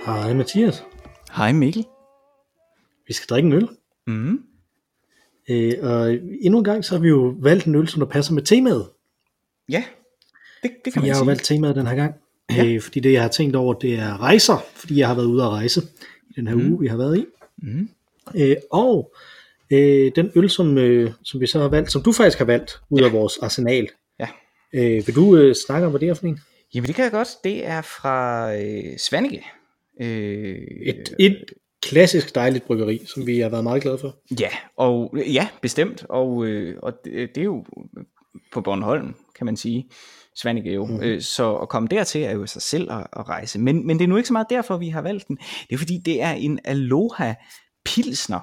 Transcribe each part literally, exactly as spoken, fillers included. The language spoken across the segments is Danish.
Hej Mathias. Hej Mikkel. Vi skal drikke en øl. Mm. Øh, og endnu en gang så har vi jo valgt en øl, som der passer med temaet. Ja, det, det kan man Jeg har jo sige. valgt temaet den her gang. Ja. Øh, fordi det jeg har tænkt over, det er rejser. Fordi jeg har været ude at rejse i den her Mm. uge, vi har været i. Mm. Øh, og øh, den øl, som, øh, som vi så har valgt, som du faktisk har valgt ud Ja. af vores arsenal. Ja. Øh, vil du øh, snakke om, hvad det er for en? Jamen det kan jeg godt. Det er fra øh, Svaneke. Øh, Et, et klassisk dejligt bryggeri, som vi har været meget glade for. Ja, og ja, bestemt. Og, øh, og det, det er jo på Bornholm, kan man sige. Svaneke jo. Mm. Øh, så at komme dertil er jo sig selv at, at rejse. Men, men det er nu ikke så meget derfor, vi har valgt den. Det er fordi, det er en Aloha Pilsner.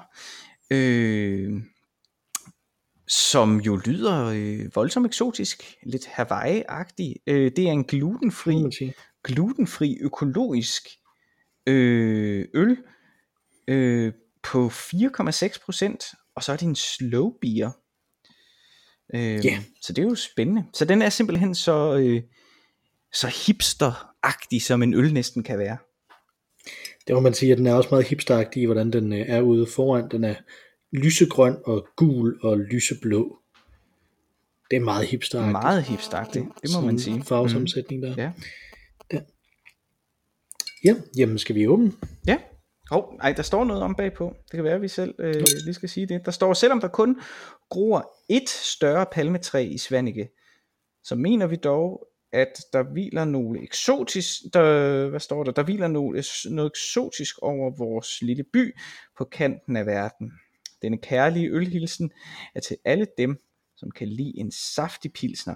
Øh, som jo lyder øh, voldsomt eksotisk, lidt Hawaii-agtig. Øh, det er en glutenfri, Må man sige. glutenfri økologisk øh, øl øh, på fire komma seks procent, og så er det en slow beer. Øh, Ja. Så det er jo spændende. Så den er simpelthen så, øh, så hipster-agtig, som en øl næsten kan være. Det må man sige, at den er også meget hipsteragtig i, hvordan den øh, er ude foran. Den er lysegrøn og gul og lyseblå. Det er meget hipsteragtigt. Meget hipster-agtig, det må man sige. Farvesammensætning der. Ja. Ja. Ja, jamen skal vi åbne? Ja. Hov, ej, der står noget om bagpå. Det kan være, at vi selv øh, lige skal sige det. Der står, selvom der kun gror et større palmetræ i Svaneke, så mener vi dog, at der hviler nogle eksotisk, der, hvad står der? Der hviler nogle, noget eksotisk over vores lille by på kanten af verden. Denne kærlige ølhilsen er til alle dem, som kan lide en saftig pilsner,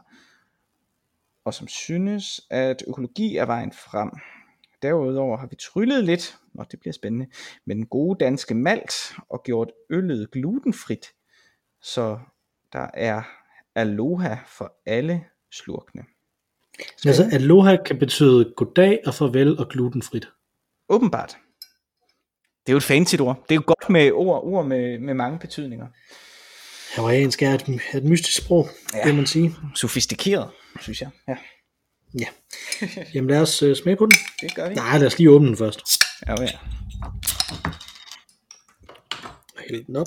og som synes, at økologi er vejen frem. Derudover har vi tryllet lidt, og det bliver spændende, med den gode danske malt og gjort øllet glutenfrit, så der er aloha for alle slurkene. Altså aloha kan betyde goddag og farvel og glutenfrit. Åbenbart. Det er jo et fancy ord. Det er jo godt med ord, ord med, med mange betydninger. Hawaiiansk er et, et mystisk sprog, ja. Det må man sige. Sofistikeret, synes jeg. Ja, Ja. Jamen lad os uh, smage på den. det gør vi. Nej, lad os lige åbne den først. Ja, ja. Hælde den op.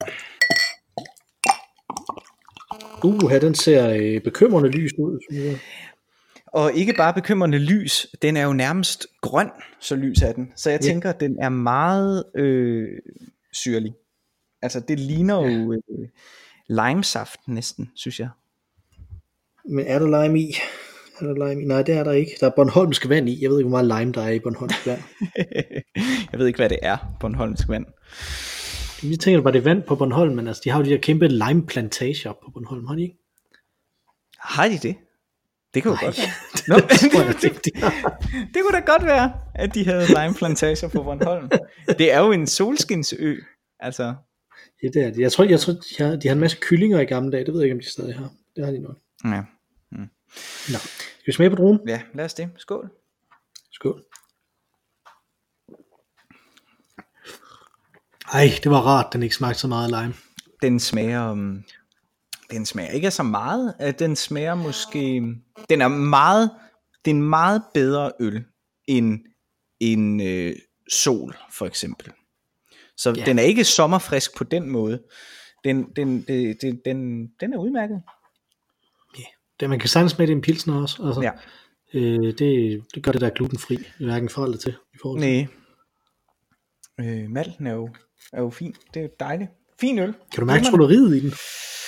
Uha, den ser øh, bekymrende lys ud, synes jeg. Og ikke bare bekymrende lys, den er jo nærmest grøn, så lys er den. Så jeg Ja. tænker, at den er meget øh, syrlig. Altså det ligner Ja. jo øh, limesaft næsten, synes jeg. Men er der lime i? Er der lime i? Nej, det er der ikke. Der er Bornholmsk vand i. Jeg ved ikke, hvor meget lime der er i Bornholmsk vand. Jeg ved ikke, hvad det er, Bornholmsk vand. Jeg tænker bare, det er vand på Bornholm, men altså, de har jo de der kæmpe lime-plantager på Bornholm, har de ikke? Har de det? Det kan jo Nej, godt være. det Nå, tror jeg det, ikke, det, de har. det kunne da godt være, at de havde limeplantager på Bornholm. Det er jo en solskinsø. Altså, Ja, det er det. Jeg tror, jeg tror de, har, de har en masse kyllinger i gamle dage. Det ved jeg ikke, om de stadig har. Det har de nok. ja. Nå, skal vi smage på druen? Ja, lad os det. Skål. Skål. Ej, det var rart, den ikke smagte så meget af lime. Den smager um, den smager ikke af så meget. At den smager måske, den er meget, det er en meget bedre øl end en øh, sol for eksempel. Så Ja. den er ikke sommerfrisk på den måde. Den den det, det, den den er udmærket. Det, man kan sagtens med det i en pilsner også. Altså, Ja. øh, det, det gør det der glutenfri, hverken for eller til. I forhold til. Nej. Øh, malten er jo er jo fin. Det er jo dejligt. Fin øl. Kan du mærke trylleriet i den?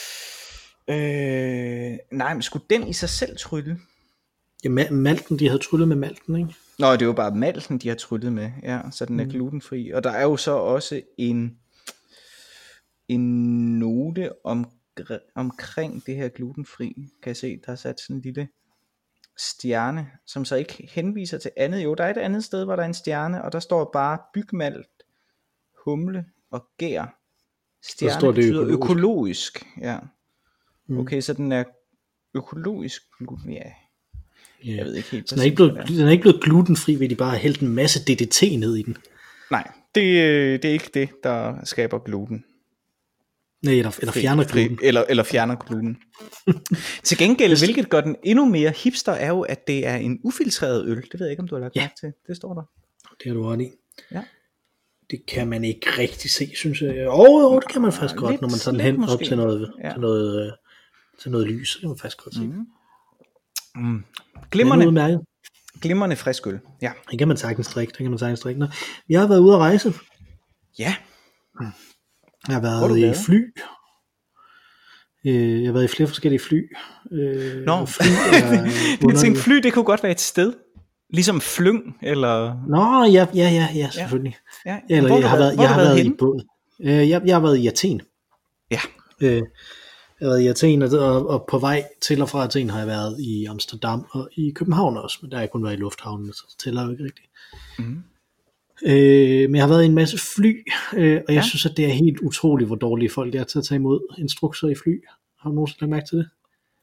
Øh, nej, men skulle den i sig selv trylle? Ja, ma- malten, de havde tryllet med malten, ikke? Nå, det er jo bare malten, de har tryllet med, ja, så den er mm. glutenfri. Og der er jo så også en, en note om, omkring det her glutenfri, kan jeg se, der er sat sådan en lille stjerne, som så ikke henviser til andet. Jo, der er et andet sted, hvor der er en stjerne, og der står bare bygmalt, humle og gær. Stjerne står det betyder økologisk. økologisk, ja. Mm. Okay, så den er økologisk gluten, ja. Ja. Jeg ved ikke helt Så den er ikke, blevet, den er ikke blevet glutenfri, ved de bare har hældt en masse D D T ned i den. Nej, det, det er ikke det, der skaber gluten. Nej, eller, eller fjerner Fri- gluten. Eller, eller fjerner gluten. Til gengæld, hvilket gør den endnu mere hipster, er jo, at det er en ufiltreret øl. Det ved jeg ikke, om du har lagt Ja. mærke til. Det står der. Det har du ret i. Ja. Det kan man ikke rigtig se, synes jeg. Åh, oh, oh, det kan man faktisk lidt, godt, når man tager den hen måske. op til noget, ja. til noget, til noget lys. Det kan man faktisk godt se. Mm. Mm. Glimrende, glimrende frisk øl. Ja. Det kan man sagtens drikke. Det kan man sagtens drikke. Nå, jeg har været ude at rejse. Ja. Jeg har været i været? fly. Jeg har været i flere forskellige fly. Nå, fly jeg tænkte, fly, det kunne godt være et sted. Ligesom Flyng, eller... Nå, ja, ja, ja, ja selvfølgelig. Ja. Ja. Eller, hvor jeg har været, jeg har været, været i båd. Jeg, jeg har været i Athen. Ja. Jeg har været i Athen, og, og på vej til og fra Athen har jeg været i Amsterdam og i København også, men der har jeg kun været i lufthavnen, så det tæller jo ikke rigtigt. Mm. Øh, men jeg har været i en masse fly, øh, og jeg ja. synes, at det er helt utroligt, hvor dårlige folk er til at tage imod instrukser i fly. Har du nogensinde lagt mærke til det?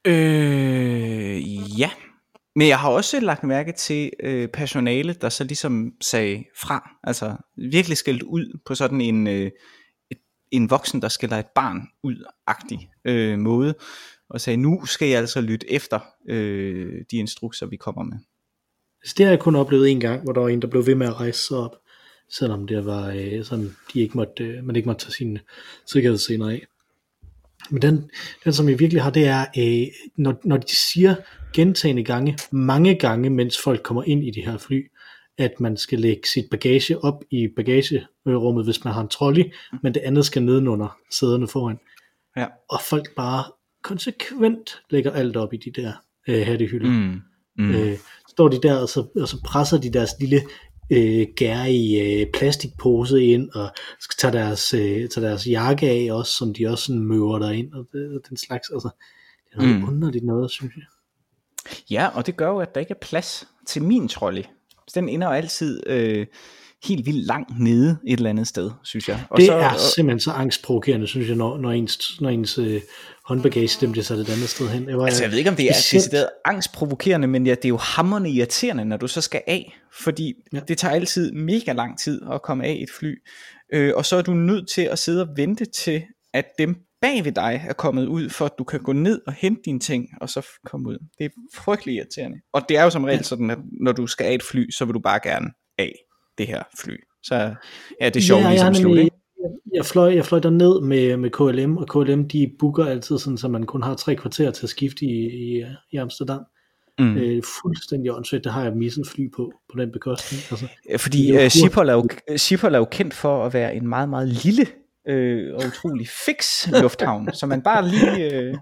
Øh, ja. Men jeg har også lagt mærke til øh, personale, der så ligesom sagde fra, altså virkelig skældt ud på sådan en, øh, et, en voksen, der skælder et barn ud-agtig øh, måde, og sagde, nu skal jeg altså lytte efter øh, de instrukser, vi kommer med. Så det har jeg kun oplevet en gang, hvor der var en, der blev ved med at rejse sig op, selvom det var øh, sådan, de ikke måtte, øh, man ikke måtte tage sine sikkerhedsscener af. Men den, den som jeg virkelig har, det er, øh, når, når de siger gentagne gange, mange gange, mens folk kommer ind i de her fly, at man skal lægge sit bagage op i bagagerummet, hvis man har en trolley, men det andet skal nedenunder sæderne foran. Ja. Og folk bare konsekvent lægger alt op i de der øh, hattehylder. Mm. Mm. Øh, står de der, og så, og så presser de deres lille øh, gærige øh, plastikpose ind, og skal tage deres, øh, tage deres jakke af også, som de også sådan møver derind, og, det, og den slags, altså, det er noget mm. underligt noget, synes jeg. Ja, og det gør jo, at der ikke er plads til min trolley. Den ender jo altid øh, helt vildt langt nede et eller andet sted, synes jeg. Og det så, er og... simpelthen så angstprovokerende, synes jeg, når, når ens, når ens øh, håndbagage dem bliver sat et andet sted hen. Jeg, var, altså, jeg ved ikke, om det er decideret angstprovokerende, men ja, det er jo hamrende irriterende, når du så skal af, fordi ja. det tager altid mega lang tid at komme af et fly, øh, og så er du nødt til at sidde og vente til, at dem bag ved dig er kommet ud, for at du kan gå ned og hente dine ting, og så komme ud. Det er frygtelig irriterende. Og det er jo som regel ja. sådan, at når du skal af et fly, så vil du bare gerne af det her fly. Så ja, det er sjovt ja, ligesom slut, ikke? Jeg fløj, jeg fløj derned med, med K L M, og K L M, de booker altid sådan, så man kun har tre kvarter til at skifte i, i, i Amsterdam. Mm. Øh, fuldstændig åndssvagt, det har jeg misset fly på, på den bekostning. Altså, fordi uh, Schiphol er, jo, Schiphol er jo kendt for at være en meget, meget lille øh, og utrolig fix lufthavn, så man bare lige... Øh...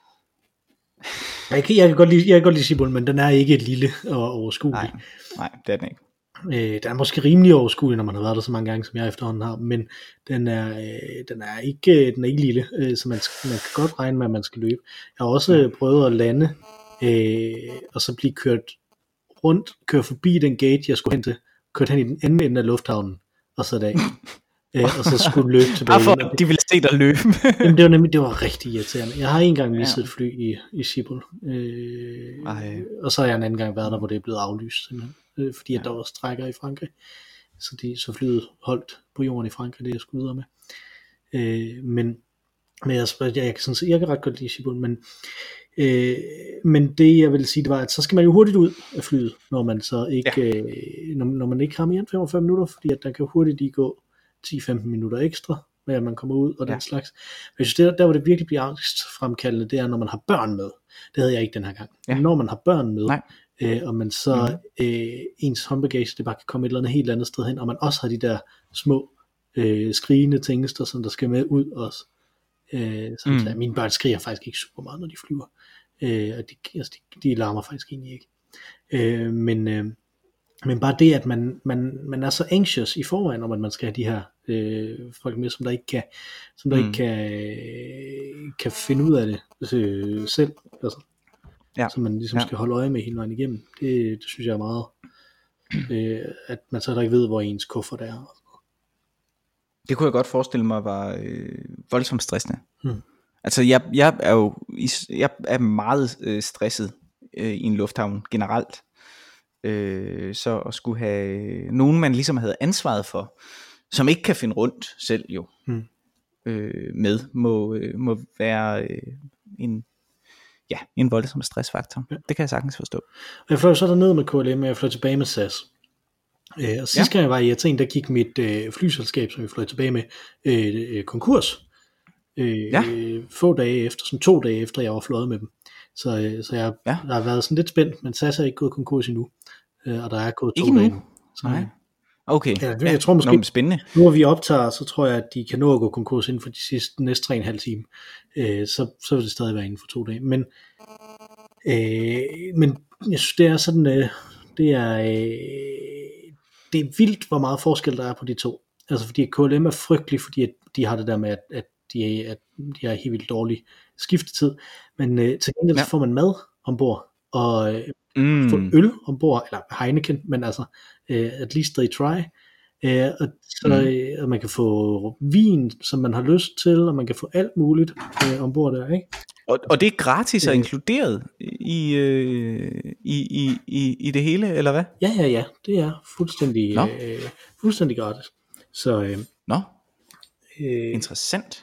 Jeg, kan, jeg, kan godt lide, jeg kan godt lide Schiphol, men den er ikke et lille og overskuelig. Nej, nej, det er den ikke. Øh, den er måske rimelig overskuelig, når man har været der så mange gange, som jeg efterhånden har, men den er, øh, den er, ikke, den er ikke lille, øh, så man, man kan godt regne med, at man skal løbe. Jeg har også øh, prøvet at lande, øh, og så blive kørt rundt, køre forbi den gate, jeg skulle hen til, kørt hen i den anden ende af lufthavnen, og så af. øh, og så skulle løbe tilbage. For, de ville se dig løbe. Jamen, det var nemlig, det var rigtig irriterende. Jeg har en gang mistet ja. et fly i, i Schiphol, øh, og så har jeg en anden gang været der, hvor det er blevet aflyst, simpelthen. Fordi at der var strækker i Frankrig, så, de, så flyet holdt på jorden i Frankrig, det jeg skulle videre med. Øh, men men jeg, jeg, jeg, kan sådan, jeg kan ret godt lide Schiphol, men, øh, men det jeg vil sige, det var, at så skal man jo hurtigt ud af flyet, når man så ikke, ja. øh, når, når man ikke har mere end femogfyrre minutter, fordi at der kan hurtigt lige gå ti til femten minutter ekstra, med at man kommer ud og ja. den slags. Men jeg synes, der, der hvor det virkelig bliver angstfremkaldende, det er, når man har børn med. Det havde jeg ikke den her gang. Ja. Når man har børn med, Nej. Øh, og man så mm. øh, ens håndbagage det bare kan komme et eller andet helt andet sted hen, og man også har de der små øh, skrigende tingester, som der skal med ud også. Øh, så mm. mine børn skriger faktisk ikke super meget, når de flyver, øh, og de, altså, de, de larmer faktisk egentlig ikke. Øh, men, øh, men bare det, at man, man, man er så anxious i forvejen, om at man skal have de her øh, folk med, som der ikke kan, som der mm. ikke kan, øh, kan finde ud af det øh, selv, altså. Ja. Så man ligesom ja. skal holde øje med hele vejen igennem. Det, det synes jeg er meget, øh, at man så ikke ved, hvor ens kuffert er. Det kunne jeg godt forestille mig var øh, voldsomt stressende. Hmm. Altså jeg, jeg er jo jeg er meget øh, stresset øh, i en lufthavn generelt. Øh, så at skulle have nogen, man ligesom havde ansvaret for, som ikke kan finde rundt selv jo, hmm. øh, med, må, øh, må være øh, en Ja, en voldsom stressfaktor. Ja. Det kan jeg sagtens forstå. Og jeg fløj så derned med K L M, og jeg fløj tilbage med S A S. Øh, og sidste ja. gang jeg var i Athen, der gik mit øh, flyselskab, som vi fløj tilbage med, øh, konkurs. Øh, ja. Få dage efter, sådan to dage efter, jeg var fløjet med dem. Så, øh, så jeg, ja. jeg har været sådan lidt spændt, men S A S er ikke gået konkurs endnu. Øh, og der er gået to ikke dage nu? Nej. Okay. Ja, jeg, jeg tror måske, Nå, spændende. Nu hvor vi optager, så tror jeg, at de kan nå at gå konkurs inden for de sidste, næste tre og en halv time. Øh, så, så vil det stadig være inden for to dage. Men, øh, men jeg synes, det er sådan, øh, det er, øh, det er vildt, hvor meget forskel der er på de to. Altså fordi K L M er frygtelig, fordi at de har det der med, at, at, de, er, at de har helt vildt dårlig skiftetid. Men øh, til gengæld ja. får man mad ombord, og øh, mm. få øl ombord, eller Heineken, men altså, øh, at least they try. Øh, og, så, mm. øh, og man kan få vin, som man har lyst til, og man kan få alt muligt øh, ombord der, ikke? Og, og det er gratis og inkluderet i, øh, i, i, i, i det hele, eller hvad? Ja, ja, ja. Det er fuldstændig, øh, fuldstændig gratis. Så, øh, Nå, øh, interessant.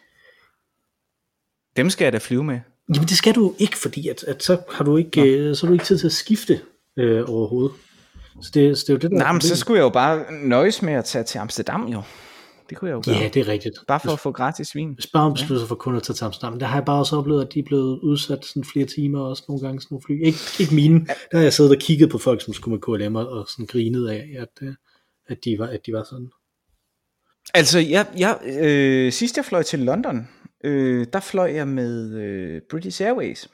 Dem skal jeg da flyve med. Jamen det skal du ikke, fordi at, at så har du ikke, øh, så har du ikke tid til at skifte øh, overhovedet. Så det, så det er jo det, der Nej, men så skulle jeg jo bare nøjes med at tage til Amsterdam jo. Det kunne jeg jo gøre. Ja, det er rigtigt. Bare for at få gratis vin. Hvis bare beslutter sig for kun at tage til Amsterdam. Der har jeg bare også oplevet, at de er blevet udsat sådan flere timer, også nogle gange sådan nogle fly. Ikke, ikke mine. Der har jeg siddet og kigget på folk, som skulle med K L M, og sådan grinet af, at, at, de, var, at de var sådan. Altså, jeg, jeg, øh, sidst jeg fløj til London, øh, der fløj jeg med øh, British Airways.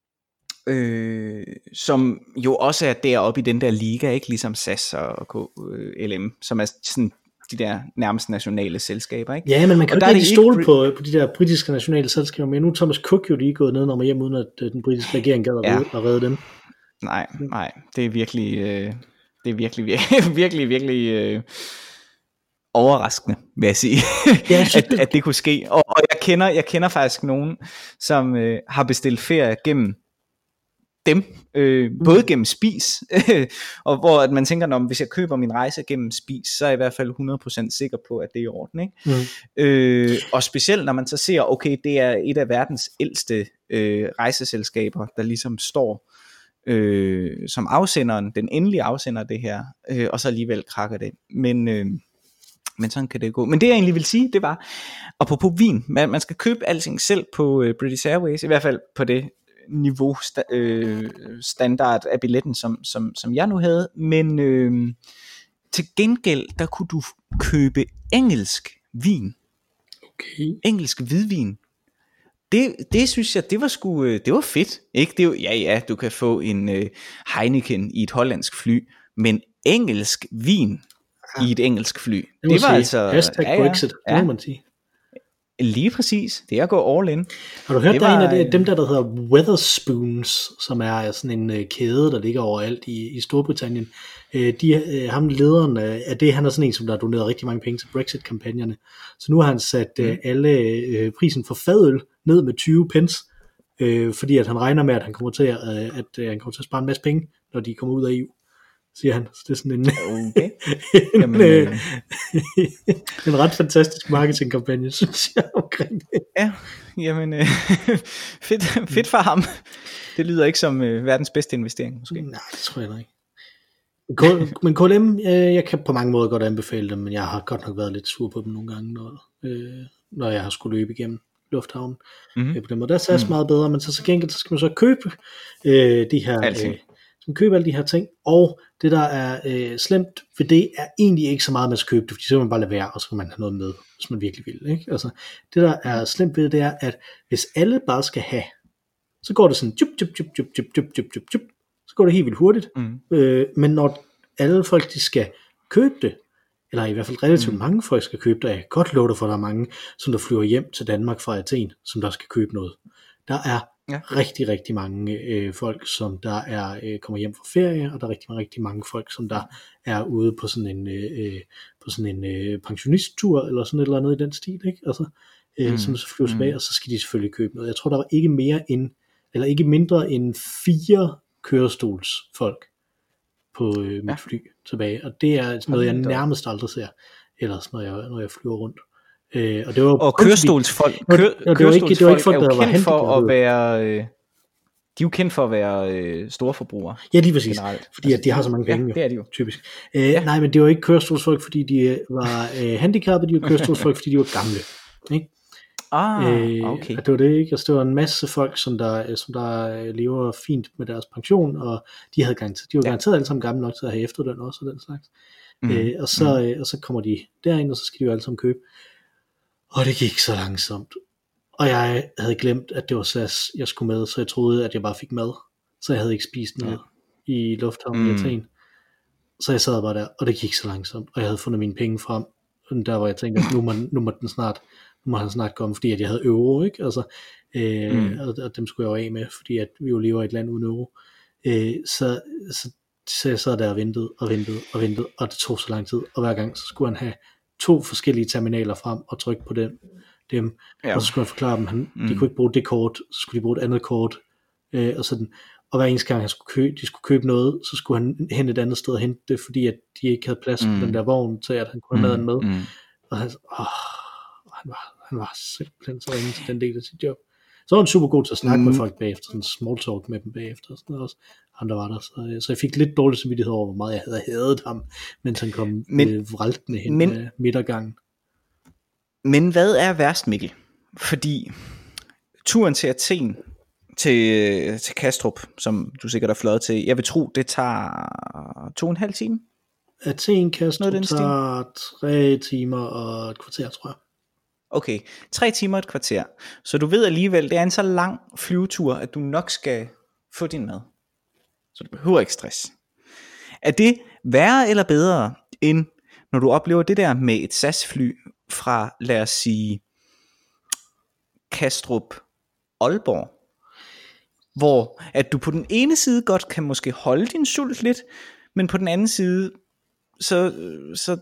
Øh, som jo også er deroppe i den der liga, ikke ligesom S A S og K L M, som er sådan de der nærmest nationale selskaber, ikke? Ja, men man kan jo ikke stole på, på de der britiske nationale selskaber, men nu er Thomas Cook jo lige gået ned og hjem, uden at den britiske regering gad at ja. redde dem. Nej, nej, det er virkelig, øh, det er virkelig, virkelig, virkelig, virkelig øh, overraskende, vil jeg sige, ja, jeg at, at det kunne ske. Og, og jeg kender, jeg kender faktisk nogen, som øh, har bestilt ferie gennem dem, øh, både gennem Spis, og hvor at man tænker, om hvis jeg køber min rejse gennem Spis, så er jeg i hvert fald hundrede procent sikker på, at det er i orden, ikke? Mm. Øh, og specielt når man så ser, okay, det er et af verdens ældste øh, rejseselskaber, der ligesom står øh, som afsenderen, den endelige afsender af det her, øh, og så alligevel krakker det. Men øh, men sådan kan det gå. Men det jeg egentlig vil sige, det var, apropos vin, man, man skal købe alting selv på øh, British Airways, i hvert fald på det niveau sta- øh, standard af billetten, som, som, som jeg nu havde, men øh, til gengæld, der kunne du købe engelsk vin. Okay. Engelsk hvidvin. Det, det synes jeg, det var sgu, det var fedt, ikke? Det er jo, ja, ja, du kan få en øh, Heineken i et hollandsk fly, men engelsk vin ja. i et engelsk fly. Det, det var sige. altså hashtag ja, ja, Brexit, ja. Det må man sige. Lige præcis, det er at gå all in. Har du hørt, det der var, en af dem der, der hedder Wetherspoons, som er sådan en uh, kæde, der ligger overalt i, i Storbritannien. Uh, de, uh, ham lederen af det, han er sådan en, som der har doneret rigtig mange penge til Brexit-kampagnerne. Så nu har han sat uh, mm. alle uh, prisen for fadøl ned med tyve pence, uh, fordi at han regner med, at han kommer til at, uh, at uh, han kommer til at spare en masse penge, når de kommer ud af E U. Siger han. Så det er sådan en, okay. en, Jamen, øh, en ret fantastisk marketingkampagne, synes jeg, omkring det. Ja, jamen øh, fedt, fedt for ham. Det lyder ikke som øh, verdens bedste investering, måske. Nej, det tror jeg ikke. Men K L M, øh, jeg kan på mange måder godt anbefale dem, men jeg har godt nok været lidt sur på dem nogle gange, når, øh, når jeg har skulle løbe igennem lufthavnen. Mm-hmm. Øh, på den måde, der er S A S mm. meget bedre, men så til gengæld, så skal man så købe øh, de her... Øh, man køber alle de her ting, og det der er øh, slemt ved det, er egentlig ikke så meget, man skal købe det, fordi så kan man bare lade være, og så kan man have noget med, hvis man virkelig vil, ikke? Altså, det der er slemt ved det, det er, at hvis alle bare skal have, så går det sådan, jup, jup, jup, jup, jup, jup, jup, jup, jup, så går det helt vildt hurtigt, mm. øh, men når alle folk, de skal købe det, eller i hvert fald relativt mm. mange folk skal købe det, jeg kan godt love dig for, der er mange, som der flyver hjem til Danmark fra Athen, som der skal købe noget. Der er Ja. rigtig, rigtig mange øh, folk, som der er øh, kommer hjem fra ferie, og der er rigtig, rigtig mange folk, som der er ude på sådan en øh, på sådan en øh, pensionisttur, eller sådan et eller andet i den stil, ikke? Altså, øh, mm. som så flyver tilbage, mm. og så skal de selvfølgelig købe noget. Jeg tror, der var ikke mere end, eller ikke mindre end fire kørestolsfolk på øh, mit ja. fly tilbage, og det er noget, jeg nærmest aldrig ser, ellers når jeg, når jeg flyver rundt. Øh, og det var og kørestolsfolk, kør, det var ikke, det var ikke folk, der var kendt for at være øh, De er jo kendt for at være øh, store forbrugere. Ja, lige præcis, generelt. fordi altså, at de har så mange penge, ja, det er de jo. Typisk. Øh, ja. Nej, men det var ikke kørestolsfolk, fordi de var øh, handicappede, de var kørestolsfolk, fordi de var gamle. Ikke? Ah, øh, okay. Det var det ikke, altså det var en masse folk, som der, som der lever fint med deres pension, og de havde garanteret, de var garanteret ja. alle sammen gamle nok til at have efterløn også, og den slags. Mm. Øh, og, så, øh, og så kommer de derind, og så skal de jo alle sammen købe. Og det gik så langsomt. Og jeg havde glemt, at det var S A S, jeg skulle med, så jeg troede, at jeg bare fik mad. Så jeg havde ikke spist noget ja. i lufthavnen mm. i Athen. Så jeg sad bare der, og det gik så langsomt, og jeg havde fundet mine penge frem. Der hvor jeg tænkte, at nu må, nu må den snart, nu må han snart komme, fordi at jeg havde euro, ikke? Altså, øh, mm. og, og dem skulle jeg jo af med, fordi at vi jo lever i et land uden euro. Øh, så, så, så jeg sad der og ventede, og ventede, og ventede, og det tog så lang tid. Og hver gang, så skulle han have to forskellige terminaler frem, og trykke på dem, dem ja. og så skulle han forklare dem, han, mm. de kunne ikke bruge det kort, så skulle de bruge et andet kort, øh, og sådan. Og hver eneste gang han skulle købe, de skulle købe noget, så skulle han hen et andet sted og hente det, fordi at de ikke havde plads mm. på den der vogn, til at han kunne have maden med. Mm. Og han, åh, han, var, han var simpelthen så ringe til den del af sit job. Så var han super god til at snakke mm. med folk bagefter, sådan small talk med dem bagefter, og sådan noget også. Han der var der, så, så jeg fik lidt dårlig samvittighed over, hvor meget jeg havde hadet ham, mens han kom men, øh, vraltende hen men, med midtergangen. Men hvad er værst, Mikkel? Fordi turen til Athen, til, til Kastrup, som du sikkert er fløjet til, jeg vil tro, det tager to og en halv time. Athen, Kastrup tager tre timer og et kvarter, tror jeg. Okay, tre timer og et kvarter. Så du ved alligevel, det er en så lang flyvetur, at du nok skal få din mad. Så du behøver ikke stress. Er det værre eller bedre, end når du oplever det der med et S A S-fly fra, lad os sige, Kastrup, Aalborg, hvor at du på den ene side godt kan måske holde din sult lidt, men på den anden side, så, så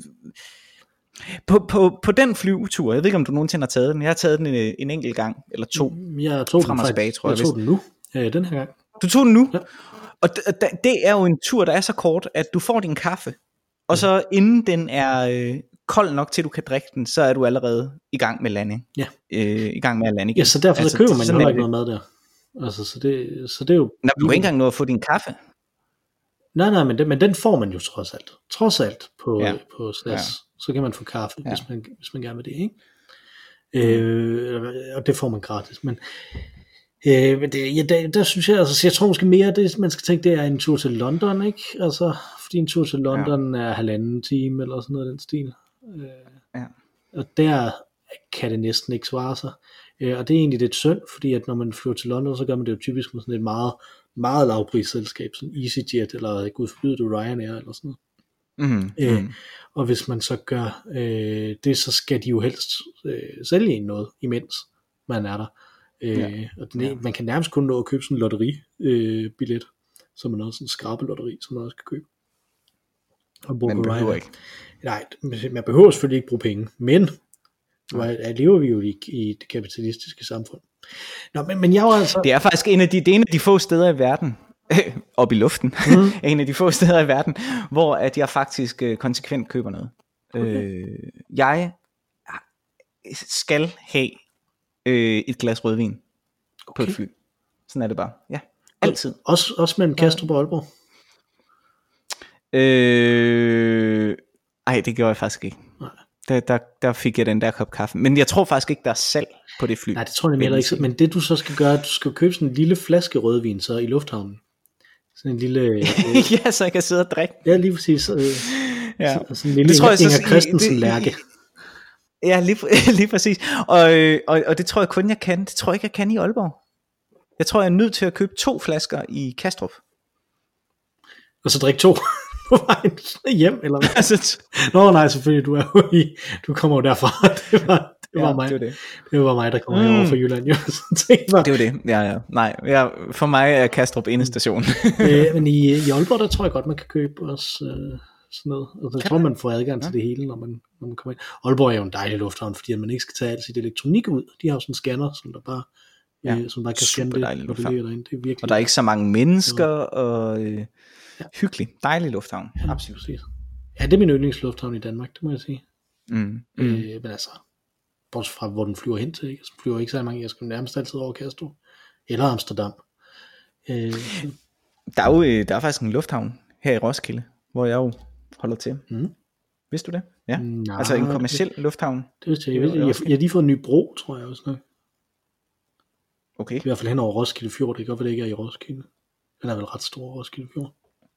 på, på, på den flyvetur, jeg ved ikke om du nogensinde har taget den, jeg har taget den en, en enkelt gang, eller to, jeg tog frem og tilbage, tror jeg. Jeg tog den nu, ja, den her gang. Du tog den nu? Ja. Og d- det er jo en tur, der er så kort, at du får din kaffe, og så inden den er øh, kold nok til du kan drikke den, så er du allerede i gang med landing. Ja. Øh, I gang med at lande igen. Ja, så derfor altså, så køber man jo ikke noget mad der. Altså, så det, så det er jo... Nå, du har ikke engang nået at få din kaffe. Nej, nej, men, det, men den får man jo trods alt. Trods alt på, ja. på S A S. Ja. Så kan man få kaffe, ja. hvis, man, hvis man gerne vil det, ikke? Øh, og det får man gratis. Men, øh, men det, ja, der, der synes jeg, altså, jeg tror måske mere, det man skal tænke, det er en tur til London, ikke? Altså, fordi en tur til London ja. er halvanden time, eller sådan noget af den stil. Øh, ja. Og der kan det næsten ikke svare sig. Øh, og det er egentlig lidt synd, fordi at når man flyver til London, så gør man det jo typisk med sådan et meget, meget lavprisselskab, sådan EasyJet, eller gud forbyde det, Ryanair, eller sådan noget. Mm-hmm. Øh, og hvis man så gør øh, det, så skal de jo helst øh, sælge en noget, imens man er der. Øh, ja. Og den, ja. Man kan nærmest kun nå at købe sådan en lotteribillet, øh, billet, som man også sådan en skrabelotteri, som man også kan købe. Og man behøver Ryanair. Ikke. Nej, man behøver selvfølgelig ikke bruge penge, men ja. lever vi jo i, i det kapitalistiske samfund. Nå, men, men jeg var altså... Det er faktisk en af de, det er en af de få steder i verden, op i luften, mm. en af de få steder i verden, hvor at jeg faktisk øh, konsekvent køber noget. Okay. Øh, jeg skal have øh, et glas rødvin okay. på et fly. Sådan er det bare. Ja, altid. Også, også mellem Kastrup og Aalborg? Øh, ej, det gjorde jeg faktisk ikke. Nej. Der, der, der fik jeg den der kop kaffe. Men jeg tror faktisk ikke, der er salg på det fly. Nej, det tror jeg heller ikke. Men det du så skal gøre, du skal købe sådan en lille flaske rødvin så i lufthavnen. Sådan en lille... Øh, ja, så jeg kan sidde og drikke. Ja, lige præcis. Øh, ja. Så, sådan en lille det tror jeg, Inger, Inger Christensen-lærke. Ja, lige, lige præcis. Og, og, og det tror jeg kun, jeg kan. Det tror jeg ikke, jeg kan i Aalborg. Jeg tror, jeg er nødt til at købe to flasker i Kastrup. Og så drikke to på vejen hjem, eller hvad? Altså, Nå nej, selvfølgelig, du er jo i, du kommer jo derfra. Det var, det var ja, mig. Det var, det. det var mig, der kom mm. herover fra Jylland. Jo. Det var det. Ja, ja. Nej, ja, for mig er Kastrup endestation. øh, men i, i Aalborg, der tror jeg godt, man kan købe også øh, sådan noget. Altså, jeg tror, man får adgang ja. til det hele, når man, når man kommer ind. Aalborg er jo en dejlig lufthavn, fordi man ikke skal tage alt sit elektronik ud. De har jo sådan en scanner, som der bare, ja, øh, som bare kan scanne det, når det ligger derinde. Det er virkelig, og der er ikke så mange mennesker, og øh, ja. hyggelig, dejlig lufthavn. Ja, absolut. Ja, det er min yndlingslufthavn i Danmark, det må jeg sige. Mm. Mm. Øh, men altså, bortset fra hvor den flyver hen til, ikke? Så flyver ikke så mange, jeg skal nærmest altid over Kastrup eller Amsterdam. Øh, der, er jo, der er faktisk en lufthavn her i Roskilde, hvor jeg jo holder til. Mm. Vidste du det? Ja. Nej, altså en kommerciel det, lufthavn. Det vidste jeg. Jeg, jeg, jeg, jeg har lige fået en ny bro, tror jeg også nok. Okay. I hvert fald hen over Roskilde Fjord. Det kan godt være, det ikke er i Roskilde. Den er vel ret stor, Roskilde Fjord.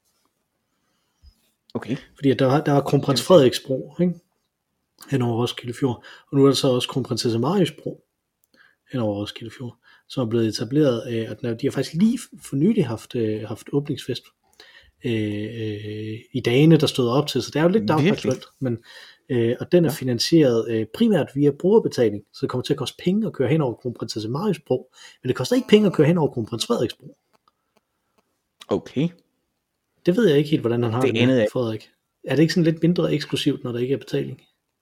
Okay. Fordi der var, der var kronprins Frederiks bro, ikke? Hen over Roskilde Fjord. Og nu er der så også kronprinsesse Marius bro hen over Roskilde Fjord, som er blevet etableret af, at de har faktisk lige for nylig haft, haft åbningsfest øh, i dagene, der stod op til, så det er jo lidt dagaktuelt, men øh, og den er finansieret øh, primært via brugerbetaling, så det kommer til at koste penge at køre hen over kronprinsesse Marius bro, men det koster ikke penge at køre hen over kronprins Frederiks bro. Okay. Det ved jeg ikke helt, hvordan han har det, det med Frederik. Er det ikke sådan lidt mindre eksklusivt, når der ikke er betaling?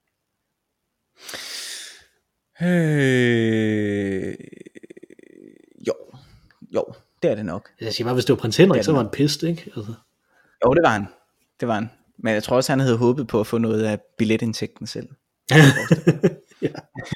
Øh... Jo, jo, det er det nok. Jeg siger bare, hvis det var prins Henrik, så var han pist, ikke? Altså. Jo, det var han. Det var han. Men jeg tror også, han havde håbet på at få noget af billetindtægten selv. Ja.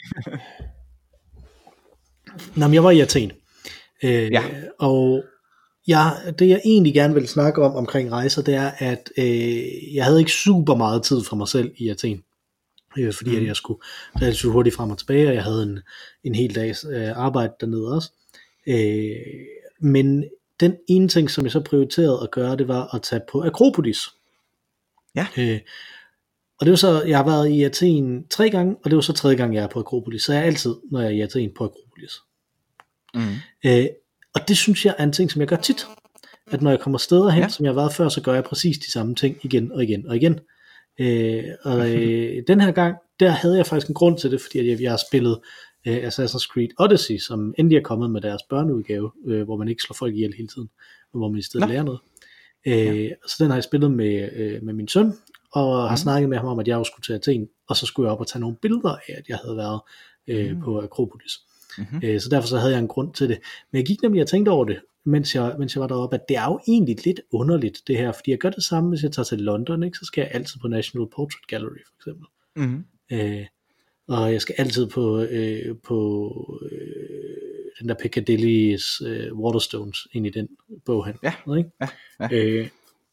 Nå, men jeg var i Athen. Øh, ja. Og jeg, det jeg egentlig gerne vil snakke om omkring rejser, det er, at øh, jeg havde ikke super meget tid for mig selv i Athen. Øh, fordi mm. at jeg skulle relativt hurtigt frem og tilbage, og jeg havde en, en hel dags øh, arbejde dernede også. Øh, men den ene ting, som jeg så prioriterede at gøre, det var at tage på Akropolis. Ja. Øh, og det var så, jeg har været i Athen tre gange, og det var så tredje gang, jeg er på Akropolis. Så jeg er altid, når jeg er i Athen, på Akropolis. Mm. Øh, og det synes jeg er en ting, som jeg gør tit. At når jeg kommer steder hen, ja. som jeg har været før, så gør jeg præcis de samme ting igen og igen og igen. Øh, og øh, den her gang, der havde jeg faktisk en grund til det, fordi at jeg, jeg har spillet øh, Assassin's Creed Odyssey, som endelig er kommet med deres børneudgave, øh, hvor man ikke slår folk ihjel hele tiden, men hvor man i stedet Nå. lærer noget. Øh, ja. Så den har jeg spillet med, øh, med min søn, og har mm. snakket med ham om, at jeg skulle til Athen, og så skulle jeg op og tage nogle billeder af, at jeg havde været øh, mm. på Akropolis. Mm-hmm. Øh, så derfor så havde jeg en grund til det. Men jeg gik nemlig og tænkte over det, mens jeg, mens jeg var deroppe, at det er jo egentlig lidt underligt det her, fordi jeg gør det samme, hvis jeg tager til London, ikke? Så skal jeg altid på National Portrait Gallery for eksempel. Mm-hmm. Øh, og jeg skal altid på, øh, på øh, den der Piccadilly's øh, Waterstones ind i den boghandel. Ja. Ikke? Ja. Ja. Øh,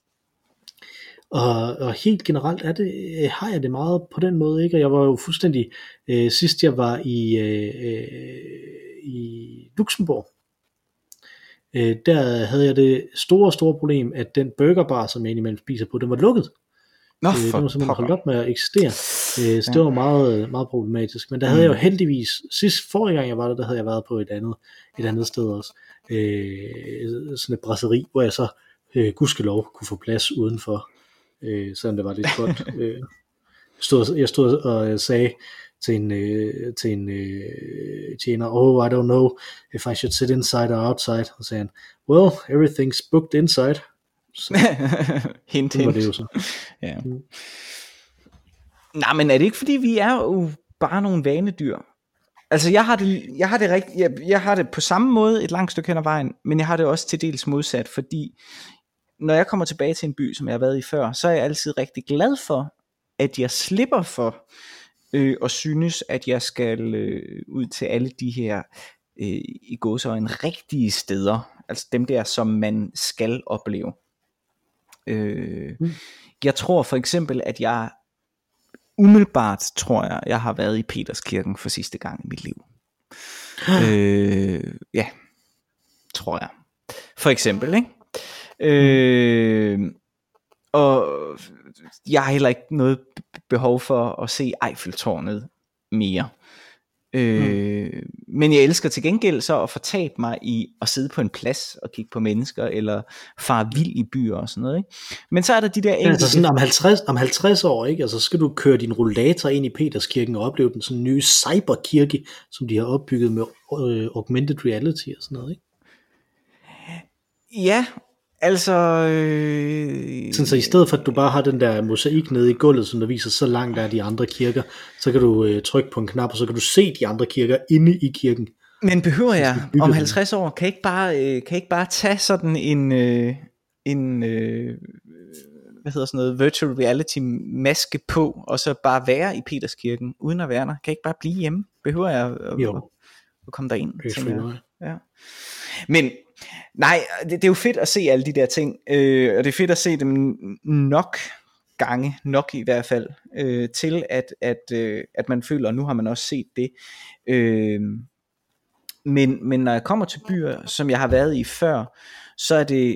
og, og helt generelt er det, øh, har jeg det meget på den måde, ikke? Og jeg var jo fuldstændig, øh, sidst jeg var i, øh, i Luxembourg, øh, der havde jeg det store, store problem, at den burgerbar, som jeg indimellem spiser på, den var lukket. Nå, øh, den var simpelthen holdt op med at eksistere, øh, så det var meget, meget problematisk. Men der havde mm. jeg jo heldigvis, sidst forrige gang jeg var der, der havde jeg været på et andet, et andet sted også, øh, sådan et brasseri, hvor jeg så øh, gudskelov kunne få plads udenfor, øh, selvom det var lidt godt. øh, stod, jeg stod og sagde til en, øh, til en øh, tjener, oh, I don't know if I should sit inside or outside, og sagde han, well, everything's booked inside. Så, hint, det var hint. det jo så. Ja. Mm. Nej, men er det ikke fordi vi er jo bare nogle vanedyr? Altså jeg har det, jeg har det rigt, jeg, jeg har det på samme måde et langt stykke hen ad vejen, men jeg har det også til dels modsat, fordi når jeg kommer tilbage til en by, som jeg har været i før, så er jeg altid rigtig glad for, at jeg slipper for øh, og synes, at jeg skal øh, ud til alle de her øh, i gåseøjne rigtige steder, altså dem der, som man skal opleve. Øh, mm. Jeg tror for eksempel, at jeg umiddelbart tror jeg, jeg har været i Peterskirken for sidste gang i mit liv. øh, ja, tror jeg. For eksempel, ikke? Øh, og jeg har heller ikke noget behov for at se Eiffeltårnet mere. Øh, mm. Men jeg elsker til gengæld så at fortabe mig i at sidde på en plads og kigge på mennesker eller fare vild i byer og sådan noget, ikke? Men så er der de der enkelte... Altså sådan om halvtreds, om halvtreds år, ikke? Altså skal du køre din rollator ind i Peterskirken og opleve den sådan nye cyberkirke, som de har opbygget med øh, augmented reality og sådan noget, ikke? Ja, altså... Øh... Sådan, så i stedet for at du bare har den der mosaik nede i gulvet, som der viser så langt der er de andre kirker, så kan du øh, trykke på en knap, og så kan du se de andre kirker inde i kirken. Men behøver jeg om halvtreds år, kan jeg ikke bare, øh, kan jeg ikke bare tage sådan en, øh, en øh, hvad hedder sådan noget, virtual reality maske på, og så bare være i Peterskirken, uden at være der? Kan jeg ikke bare blive hjemme? Behøver jeg at, at, at komme derind? Det er ja. Men Nej, det, det er jo fedt at se alle de der ting, øh, og det er fedt at se dem nok gange, nok i hvert fald, øh, til at, at, øh, at man føler, og nu har man også set det. Øh, men, men når jeg kommer til byer, som jeg har været i før, så er det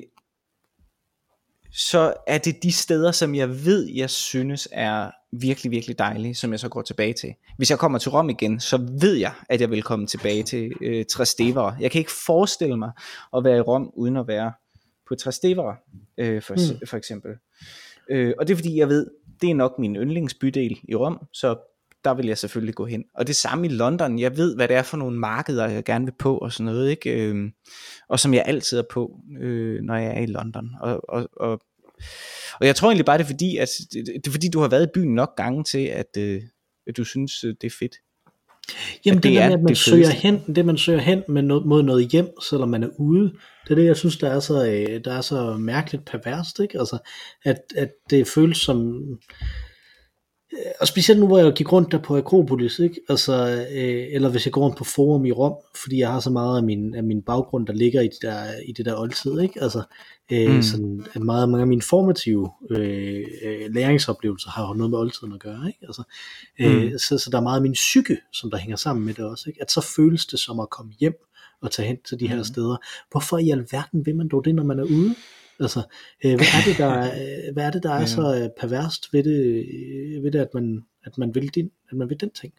så er det de steder, som jeg ved, jeg synes er virkelig, virkelig dejlige, som jeg så går tilbage til. Hvis jeg kommer til Rom igen, så ved jeg, at jeg vil komme tilbage til øh, Trastevere. Jeg kan ikke forestille mig at være i Rom, uden at være på Trastevere, øh, for, mm. for eksempel. Øh, og det er fordi, jeg ved, det er nok min yndlingsbydel i Rom, så der vil jeg selvfølgelig gå hen. Og det samme i London, jeg ved, hvad det er for nogle markeder, jeg gerne vil på, og sådan noget, ikke? Øh, og som jeg altid er på, øh, når jeg er i London. Og, og, og Og jeg tror egentlig bare det er fordi at det er fordi du har været i byen nok gange til at, øh, at du synes det er fedt. Jamen at det, det er, med, at man søger hen, det man søger hen med noget, mod noget hjem, selvom man er ude. Det er det jeg synes der er så der er så mærkeligt perverst, ikke? Altså at at det føles som, og specielt nu hvor jeg gik rundt der på Akropolis, ikke? Altså øh, eller hvis jeg går rundt på Forum i Rom, fordi jeg har så meget af min af min baggrund der ligger i det der i det der oldtid, ikke? Altså øh, mm. sådan at meget mange af mine formative øh, læringsoplevelser har jo noget med oldtiden at gøre, ikke? Altså øh, mm. så så der er meget af min psyke, som der hænger sammen med det også, ikke? At så føles det som at komme hjem og tage hen til de her mm. steder. Hvorfor i alverden vil man dog det, når man er ude? Altså, øh, hvad er det der, øh, hvad er det der er ja. så øh, perverst ved det, øh, ved det at man at man vil den, at man vil den ting?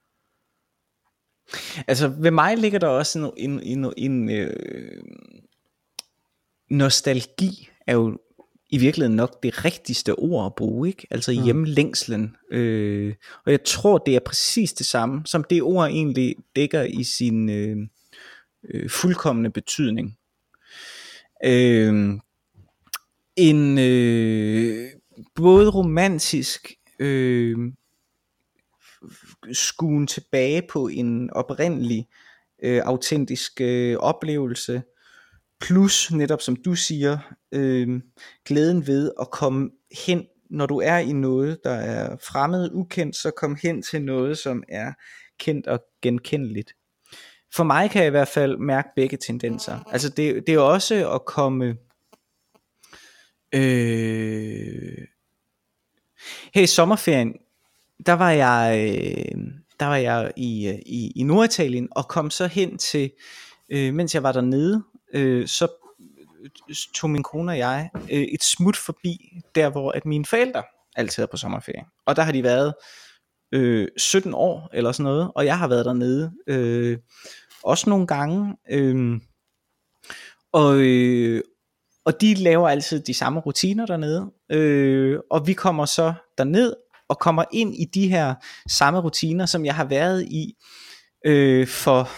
Altså ved mig ligger der også en en en, en øh, nostalgi er jo i virkeligheden nok det rigtigste ord at bruge, ikke? Altså mm. hjemlængslen. Øh, og jeg tror det er præcis det samme som det ord egentlig dækker i sin øh, øh, fuldkomne betydning. Øh, en øh, både romantisk øh, skuen tilbage på en oprindelig øh, autentisk øh, oplevelse, plus netop som du siger øh, glæden ved at komme hen, når du er i noget der er fremmed, ukendt, så kom hen til noget som er kendt og genkendeligt. For mig kan jeg i hvert fald mærke begge tendenser. Altså det, det er også at komme øh, her i sommerferien, der var jeg øh, der var jeg i, i, i Norditalien og kom så hen til, øh, mens jeg var dernede, øh, så tog min kone og jeg øh, et smut forbi der hvor at mine forældre altid er på sommerferie, og der har de været øh, sytten år eller sådan noget, og jeg har været dernede øh, også nogle gange, øh, og øh, og de laver altid de samme rutiner dernede, øh, og vi kommer så derned og kommer ind i de her samme rutiner, som jeg har været i øh, for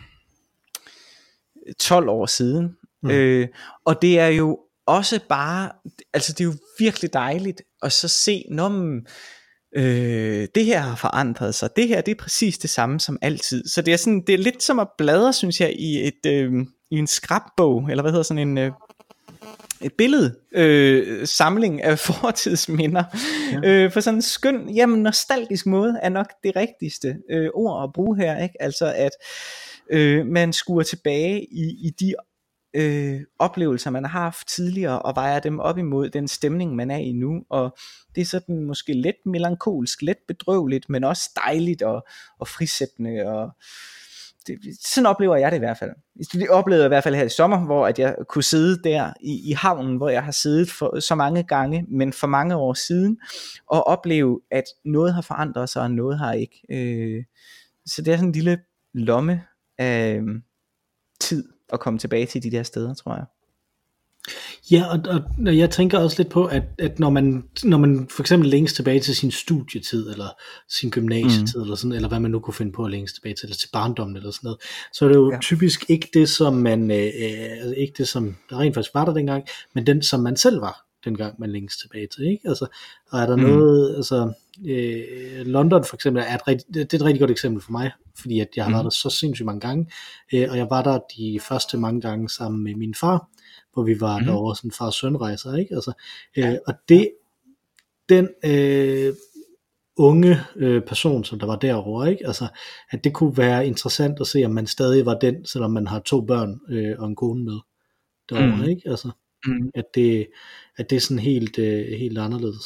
tolv år siden. Mm. Øh, og det er jo også bare, altså det er jo virkelig dejligt at så se, når øh, det her har forandret sig. Det her, det er præcis det samme som altid. Så det er sådan, det er lidt som at bladre, synes jeg, i et øh, i en scrapbog, eller hvad hedder sådan en øh, et billede øh, samling af fortidsminder, ja. øh, på sådan en skøn, jamen nostalgisk måde er nok det rigtigste øh, ord at bruge her, ikke? Altså at øh, man skuer tilbage i, i de øh, oplevelser man har haft tidligere og vejer dem op imod den stemning man er i nu, og det er sådan måske lidt melankolsk, lidt bedrøveligt, men også dejligt og, og frisættende, og det, sådan oplever jeg det i hvert fald. Det oplevede jeg i hvert fald her i sommer, hvor at jeg kunne sidde der i, i havnen, hvor jeg har siddet for, så mange gange, men for mange år siden, og opleve, at noget har forandret sig, og noget har ikke. Øh, så det er sådan en lille lomme af øh, tid at komme tilbage til de der steder, tror jeg. Ja, og, og jeg tænker også lidt på, at, at når, man, når man for eksempel længes tilbage til sin studietid, eller sin gymnasietid, mm. eller, sådan, eller hvad man nu kunne finde på at længes tilbage til, eller til barndommen, eller sådan noget, så er det jo ja. typisk ikke det, som man, øh, altså ikke det, som der rent faktisk var der dengang, men den, som man selv var, dengang man længes tilbage til, ikke? Altså, og er der mm. noget, altså, øh, London for eksempel, er et, det er et rigtig godt eksempel for mig, fordi at jeg har mm. været der så sindssygt mange gange, øh, og jeg var der de første mange gange sammen med min far, hvor vi var mm. derovre sådan far-søn-rejser, ikke? Altså, øh, og det, den øh, unge øh, person, som der var derovre, ikke? Altså, at det kunne være interessant at se, om man stadig var den, selvom man har to børn øh, og en kone med. derovre, Mm. ikke? Altså, Mm. at det, at det er sådan helt, øh, helt anderledes.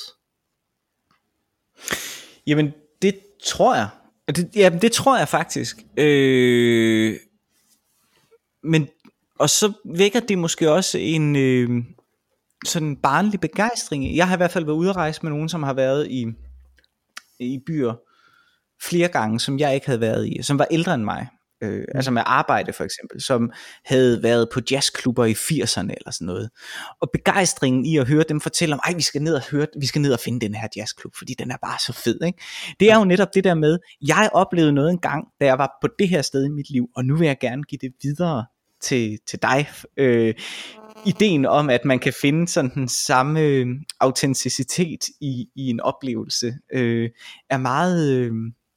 Jamen, det tror jeg. Det, jamen, det tror jeg faktisk. Øh, men, og så vækker det måske også en øh, sådan barnlig begejstring. Jeg har i hvert fald været ude at rejse med nogen, som har været i, i byer flere gange, som jeg ikke havde været i, som var ældre end mig. Øh, mm. Altså med arbejde for eksempel, som havde været på jazzklubber i firserne eller sådan noget. Og begejstringen i at høre dem fortælle om, ej, vi skal ned og høre, vi skal ned og finde den her jazzklub, fordi den er bare så fed, ikke? Det er jo netop det der med, jeg oplevede noget engang, da jeg var på det her sted i mit liv, og nu vil jeg gerne give det videre til, til dig. Øh, ideen om, at man kan finde sådan den samme øh, autenticitet i, i en oplevelse, øh, er meget øh,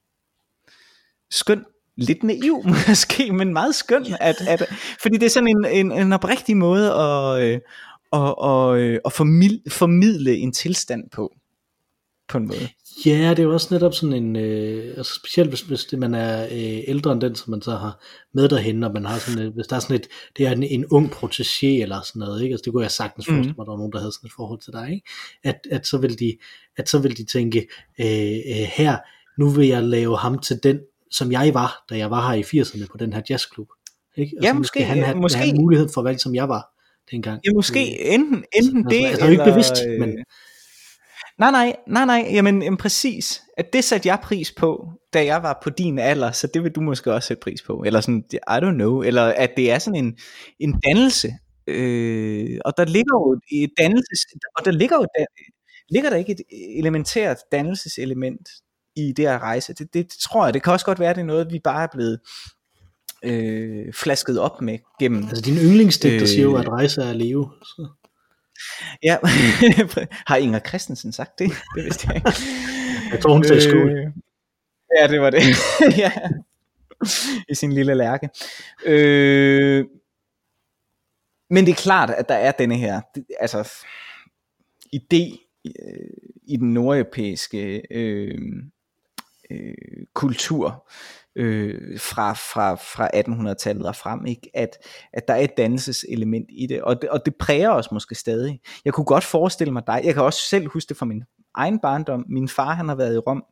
skøn. Lidt naiv måske, men meget skøn, at, at, fordi det er sådan en, en, en oprigtig måde at, øh, at, at, at formidle, formidle en tilstand på, på en måde. Ja, det er jo også netop sådan en, øh, altså specielt hvis, hvis det, man er øh, ældre end den, som man så har med derhen, og man har sådan et, hvis der er sådan et, det er en, en ung protégé eller sådan noget, ikke? Altså det kunne jeg sagtens forestille mig, mm. der var nogen, der havde sådan et forhold til dig, ikke? At, at så vil de, at så vil de tænke, øh, øh, her, nu vil jeg lave ham til den, som jeg var, da jeg var her i firserne på den her jazzklub. Ikke? Altså, ja, måske. Han have, måske. have mulighed for at valge, som jeg var dengang. Ja, måske enten, enten altså, det, altså, eller... ikke bevidst, men... Nej, nej, nej, nej, jamen, jamen præcis. At det satte jeg pris på, da jeg var på din alder, så det vil du måske også sætte pris på. Eller sådan, I don't know. Eller at det er sådan en, en dannelse. Øh, og der ligger jo et dannelses... Og der ligger jo... Ligger der ikke et elementært dannelseselement i det at rejse? Det, det, det tror jeg. Det kan også godt være, det er noget, vi bare er blevet øh, flasket op med gennem... Altså din yndlingsdigter øh, siger jo, at rejse er at leve. Så. Ja, har Inger Christensen sagt det? Det vidste jeg ikke. Jeg tror, hun sagde skål. Øh, ja, det var det. Ja. I sin lille lærke. Øh, men det er klart, at der er denne her, altså, idé øh, i den nordeuropæiske øh, øh, kultur, Øh, fra, fra, fra attenhundredetallet og frem, ikke? At, at der er et dannelseselement i det, og det, og det præger os måske stadig. Jeg kunne godt forestille mig dig, jeg kan også selv huske det fra min egen barndom, min far han har været i Rom,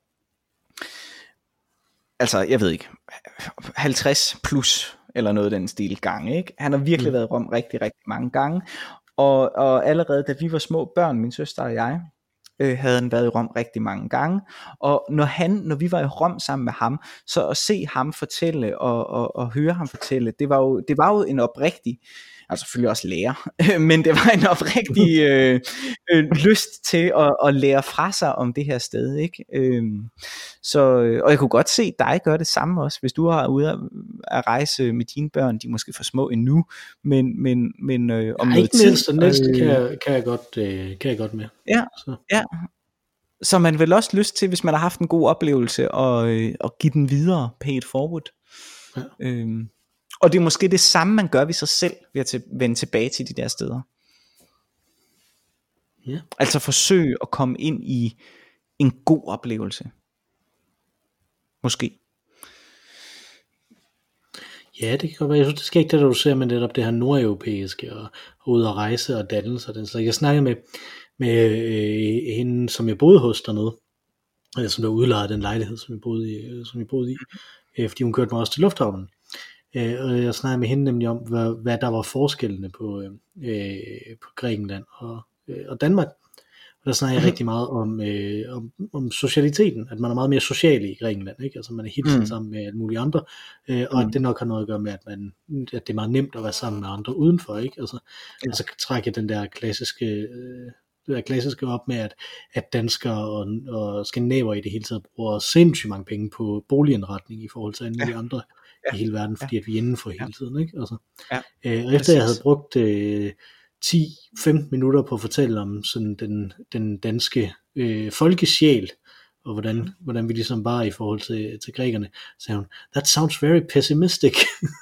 altså jeg ved ikke, halvtreds plus, eller noget af den stil gang, ikke? Han har virkelig mm. været i Rom rigtig, rigtig mange gange, og, og allerede da vi var små børn, min søster og jeg, øh, havde han været i Rom rigtig mange gange, og når han, når vi var i Rom sammen med ham, så at se ham fortælle, og, og, og høre ham fortælle, det var jo, det var jo en oprigtig, altså selvfølgelig også lære, men det var en oprigtig øh, øh, lyst til at, at lære fra sig om det her sted, ikke? Øh, så, og jeg kunne godt se dig gøre det samme også, hvis du har ude at, at rejse med dine børn, de er måske for små endnu, men, men, men øh, om ja, noget tid. Næste, næste øh, kan, jeg, kan, jeg godt, øh, kan jeg godt med. Ja, så. ja. Så man vil også lyst til, hvis man har haft en god oplevelse, og, øh, og give den videre, pay it forward. Ja. Øh, Og det er måske det samme, man gør ved sig selv, ved at til, vende tilbage til de der steder. Ja. Altså forsøge at komme ind i en god oplevelse. Måske. Ja, det kan godt være. Jeg synes, det skal ikke det, du ser med netop det her nordeuropæiske, og, og ud at rejse og dannelse og den slags. Jeg snakkede med, med øh, hende, som jeg boede hos dernede, eller som der udlejede den lejlighed, som jeg boede i, som jeg boede i øh, fordi hun kørte mig også til lufthavnen. Øh, og jeg snakkede med hende nemlig om, hvad, hvad der var forskellene på, øh, på Grækenland og, øh, og Danmark. Og der snakker jeg rigtig meget om, øh, om, om socialiteten, at man er meget mere social i Grækenland, ikke? Altså man er hilsen mm. sammen med alle mulige andre, øh, og mm. at det nok har noget at gøre med, at, man, at det er meget nemt at være sammen med andre udenfor, ikke? Altså, ja. Og så trækker den der klassiske, øh, det der klassiske op med, at, at danskere og, og skandinaver i det hele taget bruger sindssygt mange penge på boligindretning i forhold til alle mulige ja. andre ja. i hele verden, fordi at vi er indenfor ja. hele tiden, ikke? Altså, ja. øh, og efter Præcis. jeg havde brugt øh, ti til femten minutter på at fortælle om sådan den, den danske øh, folkesjæl, og hvordan, mm. hvordan vi ligesom var i forhold til, til grækerne, så sagde hun, that sounds very pessimistic.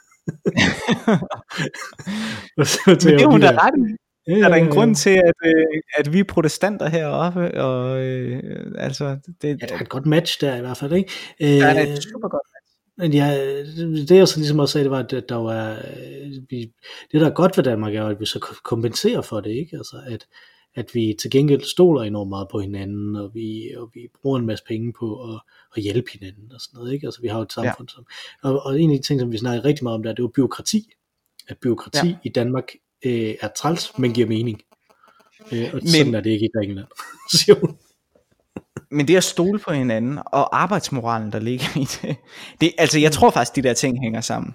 og så Men det er hun da ret i. Ja, er der en ja, grund til, at, øh, at vi er protestanter heroppe, og øh, altså... Det, ja, der er et godt match der i hvert fald, ikke? Øh, der er et super godt match. Men ja, det jeg så ligesom også sagde, det var, at der var, vi, det der er godt ved Danmark er, at vi så kompenserer for det, ikke? Altså, at, at vi til gengæld stoler enormt meget på hinanden, og vi, og vi bruger en masse penge på at, at hjælpe hinanden og sådan noget, ikke? Altså, vi har jo et samfund, ja. som, og, og en af de ting, som vi snakker rigtig meget om, der, det er jo byråkrati. At byråkrati ja. i Danmark øh, er træls, men giver mening. Øh, og men, sådan er det ikke i Grækenland, siger hun. Men det at stole på hinanden, og arbejdsmoralen, der ligger i det, det altså jeg tror faktisk, de der ting hænger sammen.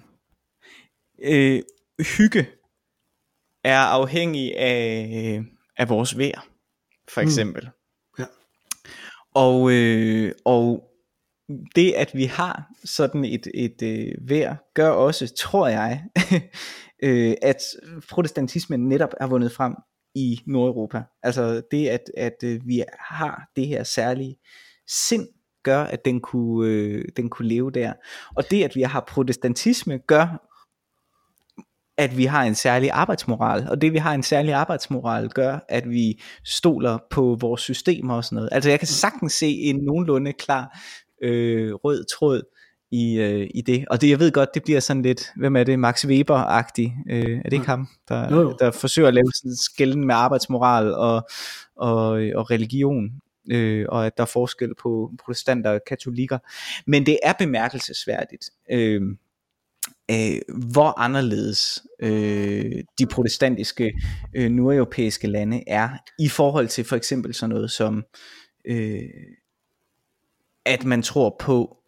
Øh, hygge er afhængig af, af vores vejr, for eksempel. Mm. Ja. Og, øh, og det, at vi har sådan et, et øh, vejr, gør også, tror jeg, øh, at protestantismen netop er vundet frem i Nordeuropa. Altså det at, at vi har det her særlige sind, gør at den kunne, øh, den kunne leve der. Og det at vi har protestantisme, gør at vi har en særlig arbejdsmoral. Og det vi har en særlig arbejdsmoral, gør at vi stoler på vores systemer og sådan noget. Altså jeg kan sagtens se en nogenlunde klar øh, rød tråd i, øh, i det. Og det jeg ved godt, det bliver sådan lidt, hvem er det, Max Weber-agtig, øh, er det ikke ham, der, no. der forsøger at lave sådan en skelnen med arbejdsmoral og, og, og religion, øh, og at der er forskel på protestanter og katolikker. Men det er bemærkelsesværdigt, øh, øh, hvor anderledes øh, de protestantiske øh, nordeuropæiske lande er, i forhold til for eksempel sådan noget som, øh, at man tror på,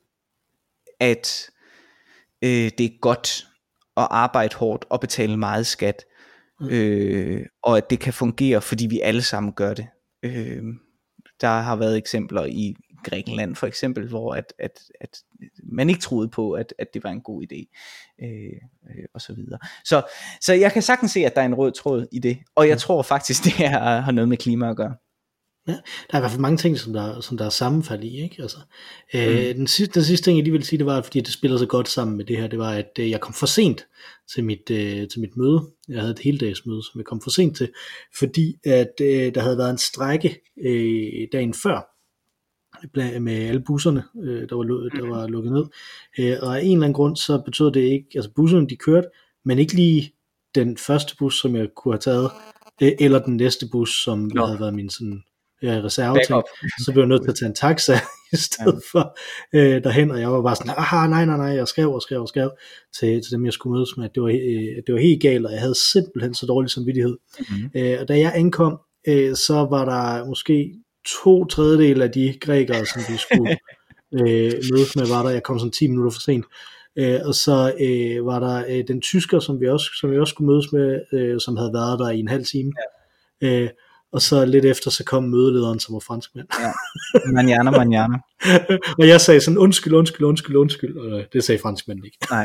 at øh, det er godt at arbejde hårdt og betale meget skat, øh, og at det kan fungere, fordi vi alle sammen gør det. Øh, der har været eksempler i Grækenland for eksempel, hvor at, at, at man ikke troede på, at, at det var en god idé, øh, øh, og så videre. Så, så jeg kan sagtens se, at der er en rød tråd i det, og jeg tror faktisk, det er, har noget med klima at gøre. Ja, der er i hvert fald mange ting, som der, som der er sammenfald i, ikke? Altså, mm. øh, den, sidste, den sidste ting, jeg lige vil sige, det var, fordi det spiller så godt sammen med det her, det var, at øh, jeg kom for sent til mit, øh, til mit møde. Jeg havde et heldagsmøde, som jeg kom for sent til, fordi at øh, der havde været en strejke øh, dagen før, med alle busserne, øh, der, var, der var lukket ned. Øh, og af en eller anden grund, så betød det ikke, altså busserne de kørte, men ikke lige den første bus, som jeg kunne have taget, øh, eller den næste bus, som no. havde været min sådan ja, reserveting, så blev jeg nødt til at tage en taxa i stedet ja. for øh, derhen, og jeg var bare sådan, aha, nej, nej, nej, jeg skrev og skrev og skrev til, til dem, jeg skulle mødes med, at det var, øh, det var helt galt, og jeg havde simpelthen så dårlig samvittighed. Mm-hmm. Øh, og da jeg ankom, øh, så var der måske to tredjedel af de grækere, som vi skulle øh, mødes med, var der, jeg kom sådan ti minutter for sent, øh, og så øh, var der øh, den tysker, som vi også, som vi også skulle mødes med, øh, som havde været der i en halv time, ja. øh, og så lidt efter, så kom mødelederen, som var franskmand. Ja, manjana, manjana. Og jeg sagde sådan, undskyld, undskyld, undskyld, undskyld, og det sagde franskmanden ikke. Nej.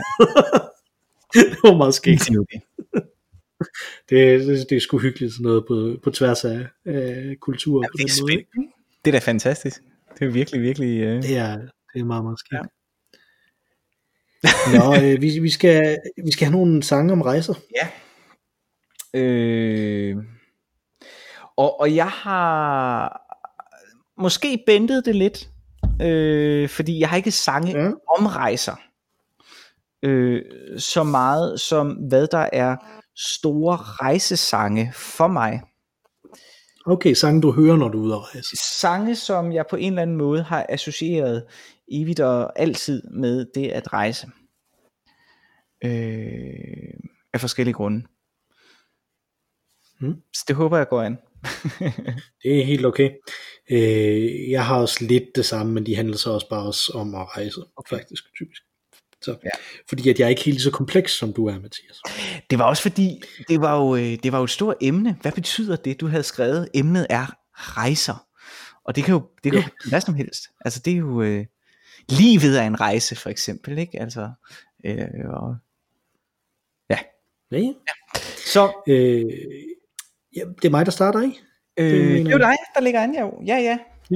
Det var meget skægt. Det, det, det er sgu hyggeligt sådan noget på, på tværs af øh, kultur. Ja, på det, er måde, det er da fantastisk. Det er virkelig, virkelig... Øh... Det, er, det er meget, meget skægt. Ja. Nå, øh, vi, vi, skal, vi skal have nogle sange om rejser. Ja. Øh... Og, og jeg har måske bentet det lidt, øh, fordi jeg har ikke sange ja. om rejser. Øh, så meget som hvad der er store rejsesange for mig. Okay, sange du hører, når du er ude at rejse. Sange, som jeg på en eller anden måde har associeret evigt og altid med det at rejse. Øh, af forskellige grunde. Hmm. Så det håber jeg går an. Det er helt okay. Øh, jeg har også lidt det samme, men de handler så også bare også om at rejse, okay. Faktisk typisk. Så, ja. Fordi at jeg er ikke helt så kompleks som du er, Mathias. Det var også fordi det var jo det var jo et stort emne. Hvad betyder det du havde skrevet? Emnet er rejser. Og det kan jo det kan ja. jo hvad som helst. Altså det er jo øh, livet af en rejse for eksempel, ikke? Altså øh, og ja. Ja, ja. Så øh, ja, det er mig der starter, ikke? Øh, det, det er jo dig der ligger an, ja. Ja, ja. ja.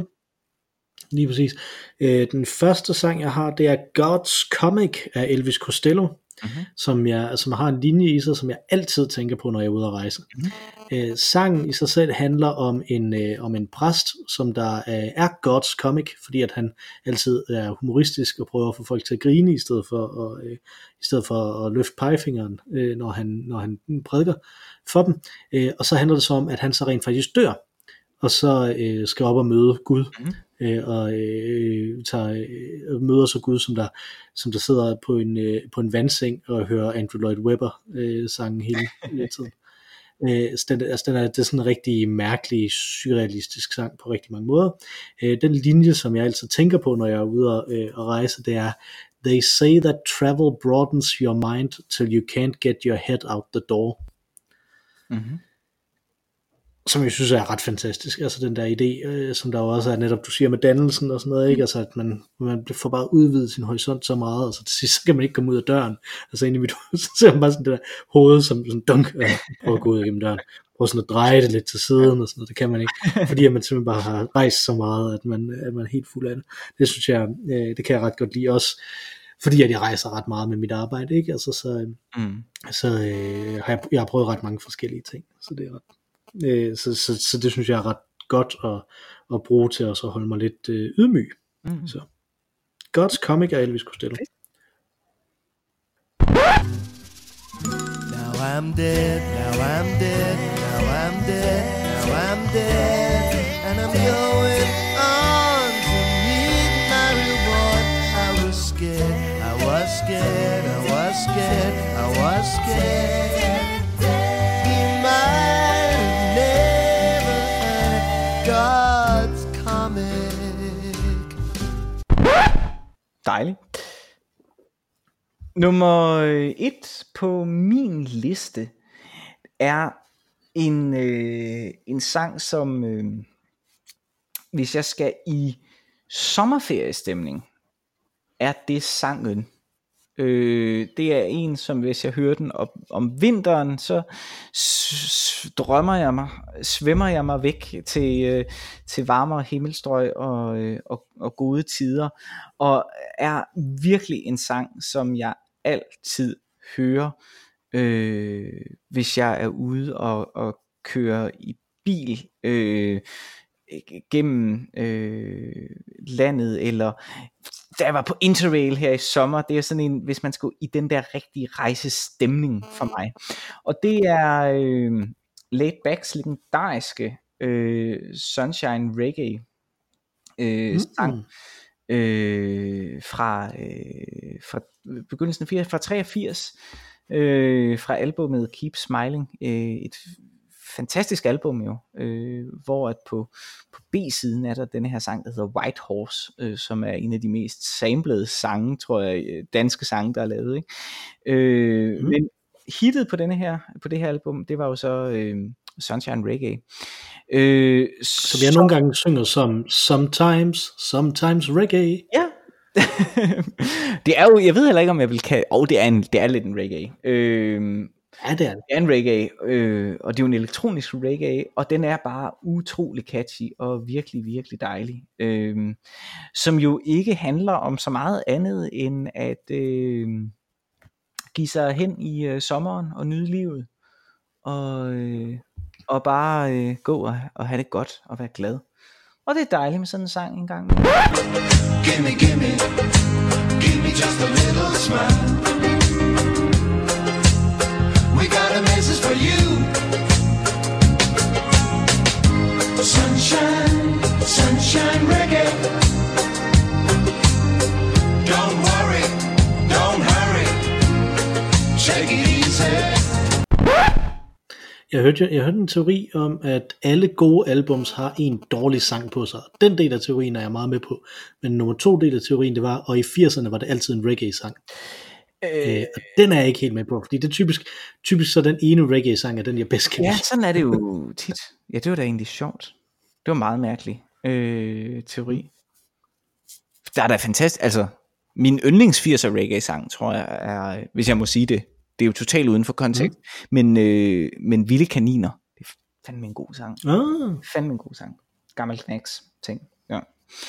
Lige præcis. Øh, den første sang jeg har, det er God's Comic af Elvis Costello. mm-hmm. som, jeg, som har en linje i sig, som jeg altid tænker på, når jeg er ude at rejse. Mm-hmm. Øh, sangen i sig selv handler om en, øh, om en præst, som der øh, er God's comic, fordi at han altid er humoristisk og prøver at få folk til at grine, i stedet for at, øh, i stedet for at løfte pegefingeren, øh, når, han, når han prædiker for dem. Øh, og så handler det så om, at han så rent faktisk dør, og så øh, skal op og møde Gud, mm. øh, og øh, tager, øh, møder så Gud, som der, som der sidder på en, øh, på en vandseng og hører Andrew Lloyd Webber øh, sangen hele, hele tiden. Øh, så den, altså den er, det er sådan en rigtig mærkelig, surrealistisk sang på rigtig mange måder. Øh, den linje, som jeg altid tænker på, når jeg er ude og, øh, og rejse, det er: They say that travel broadens your mind till you can't get your head out the door. Mm-hmm. Som jeg synes er ret fantastisk, altså den der idé, øh, som der jo også er netop, du siger med dannelsen og sådan noget, ikke? Altså at man, man får bare udvidet sin horisont så meget, og så til sidst så kan man ikke komme ud af døren, altså ind i mit hoved, så ser man bare sådan det der hoved, som sådan dunk, øh, prøver at gå ud igennem døren, prøver sådan at dreje det lidt til siden og sådan noget, det kan man ikke, fordi at man simpelthen bare har rejst så meget, at man, at man er helt fuld af det. Det synes jeg, øh, det kan jeg ret godt lide også, fordi at jeg rejser ret meget med mit arbejde, ikke? Altså så, mm. så øh, har jeg, jeg har prøvet ret mange forskellige ting, så det er ret. Så, så, så det synes jeg er ret godt at, at bruge til at så holde mig lidt øh, ydmyg. Mm. Så God's comic er Elvis Costello. Now I'm dead, now I'm dead, now I'm dead, now I'm dead, and I'm going on to meet my reward. I was scared, I was scared, I was scared, I was scared. He might have never had God's comic. Dejligt. Nummer et på min liste er en, øh, en sang, som øh, hvis jeg skal i sommerferiestemning, er det sangen. Øh, det er en, som hvis jeg hører den op, om vinteren, så s- drømmer jeg mig, svømmer jeg mig væk til, øh, til varmere himmelstrøg og, øh, og, og gode tider, og er virkelig en sang, som jeg altid hører, øh, hvis jeg er ude og, og kører i bil øh, gennem øh, landet, eller da jeg var på Interrail her i sommer. Det er sådan en, hvis man skal i den der rigtige rejsestemning for mig, og det er øh, Laid Backs legendariske øh, Sunshine Reggae øh, mm. sang øh, fra, øh, fra begyndelsen af firserne, fra treogfirs, øh, fra albumet Keep Smiling, øh, et fantastisk album jo, øh, hvor at på, på B-siden er der denne her sang, der hedder White Horse, øh, som er en af de mest samlede sange, tror jeg, danske sange, der er lavet, ikke? Øh, mm. Men hittet på denne her, på det her album, det var jo så øh, Sunshine Reggae. Øh, som jeg så... nogle gange synger som Sometimes, Sometimes Reggae. Ja. Det er jo, jeg ved heller ikke, om jeg vil kalde, åh, oh, det er en, det er lidt en reggae. Øh, Ja, det er det. Det er en reggae, øh, og det er jo en elektronisk reggae, og den er bare utrolig catchy og virkelig, virkelig dejlig. Øh, som jo ikke handler om så meget andet end at øh, give sig hen i øh, sommeren og nyde livet, og, øh, og bare øh, gå og, og have det godt og være glad. Og det er dejligt med sådan en sang en gang. Gimme, gimme, give me just a little smile. We got a message for you. Sunshine, sunshine reggae. Don't worry, don't hurry. Take it easy. Jeg hørte, jeg hørte en teori om, at alle gode albums har en dårlig sang på sig. Den del af teorien er jeg meget med på. Men nummer to del af teorien, det var, og i firserne var det altid en reggae-sang. Øh, og den er jeg ikke helt med på, fordi det er typisk, typisk så den ene reggae-sang er den, jeg bedst kan lide. Ja, sådan er det jo tit. Ja, det var da egentlig sjovt. Det var meget mærkelig øh, teori. Der er da fantastisk, altså min yndlings firser reggae-sang, tror jeg er, hvis jeg må sige det, det er jo totalt uden for kontekst, mm. men, øh, men Vilde Kaniner, det er fandme en god sang. Ah. Fandme en god sang. Gammel knæks ting. Ja.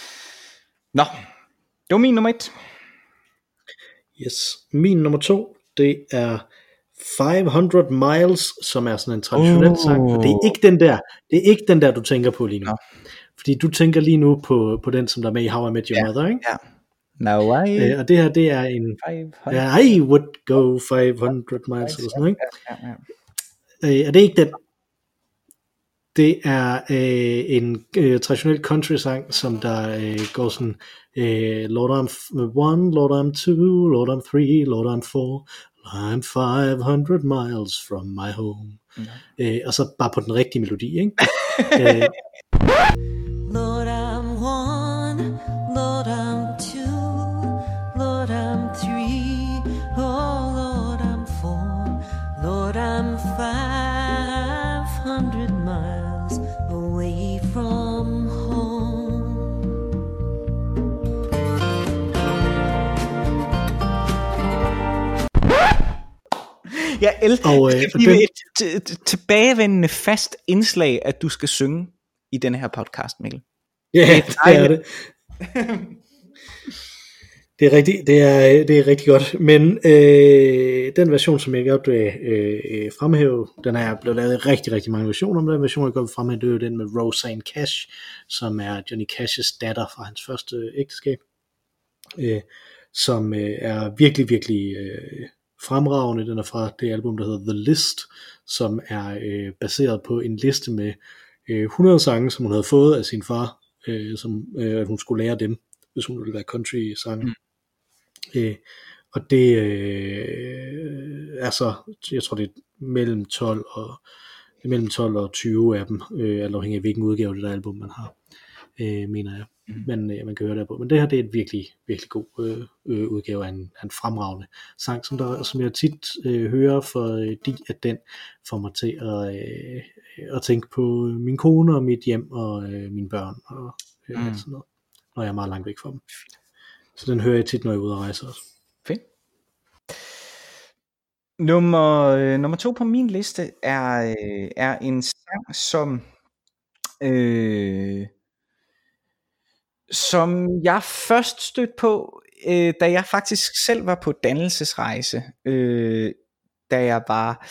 Nå, det var min nummer et. Yes. Min nummer to, det er five hundred miles, som er sådan en traditionel oh. sang, og det er ikke den der, det er ikke den der, du tænker på lige nu. No. Fordi du tænker lige nu på, på den, som der er med i How I Met Your yeah. Mother, ikke? Ja. No, I... Øh, og det her, det er en, yeah, I would go five hundred miles, eller sådan noget, ikke? Ja, ja, ja. Øh, og det er ikke den. Det er øh, en øh, traditionel country-sang, som der øh, går sådan, øh, Lord I'm one, Lord I'm two, Lord I'm three, Lord I'm four, I'm five hundred miles from my home. Mm. Øh, og så bare på den rigtige melodi, ikke? øh, Lord I'm one, Lord I'm two, Lord I'm three, oh Lord I'm four, Lord I'm five hundred miles away from home. Jeg elsker og, øh, det er et t- tilbagevendende fast indslag, at du skal synge i denne her podcast, Mikkel. Ja, yeah, det er det. Det er rigtig, det er, det er rigtig godt. Men øh, den version, som jeg godt vil øh, fremhæve, den er blevet lavet rigtig, rigtig mange versioner. Men den version, jeg godt vil fremhæve, det er den med Rosanne Cash, som er Johnny Cash's datter fra hans første ægteskab, øh, som øh, er virkelig, virkelig øh, fremragende. Den er fra det album, der hedder The List, som er øh, baseret på en liste med øh, hundrede sange, som hun havde fået af sin far, øh, som øh, at hun skulle lære dem, hvis hun ville være country-sanger. Mm. Øh, og det øh, er så, jeg tror det er mellem tolv og mellem tolv og tyve af dem, øh, alt afhængig af hvilken udgave det der album man har, øh, mener jeg. Mm. Men øh, man kan høre det på. Men det her, det er et virkelig, virkelig god øh, øh, udgave af en, af en fremragende sang, som, der, som jeg tit øh, hører, fordi at den får mig til at, øh, at tænke på min kone og mit hjem og øh, mine børn og øh, mm. sådan noget, når jeg er meget langt væk fra dem. Så den hører jeg tit, når jeg er ude at rejse også. Fedt. Nummer, øh, nummer to på min liste er, øh, er en sang, som øh, som jeg først stødte på, øh, da jeg faktisk selv var på dannelsesrejse, øh, da jeg var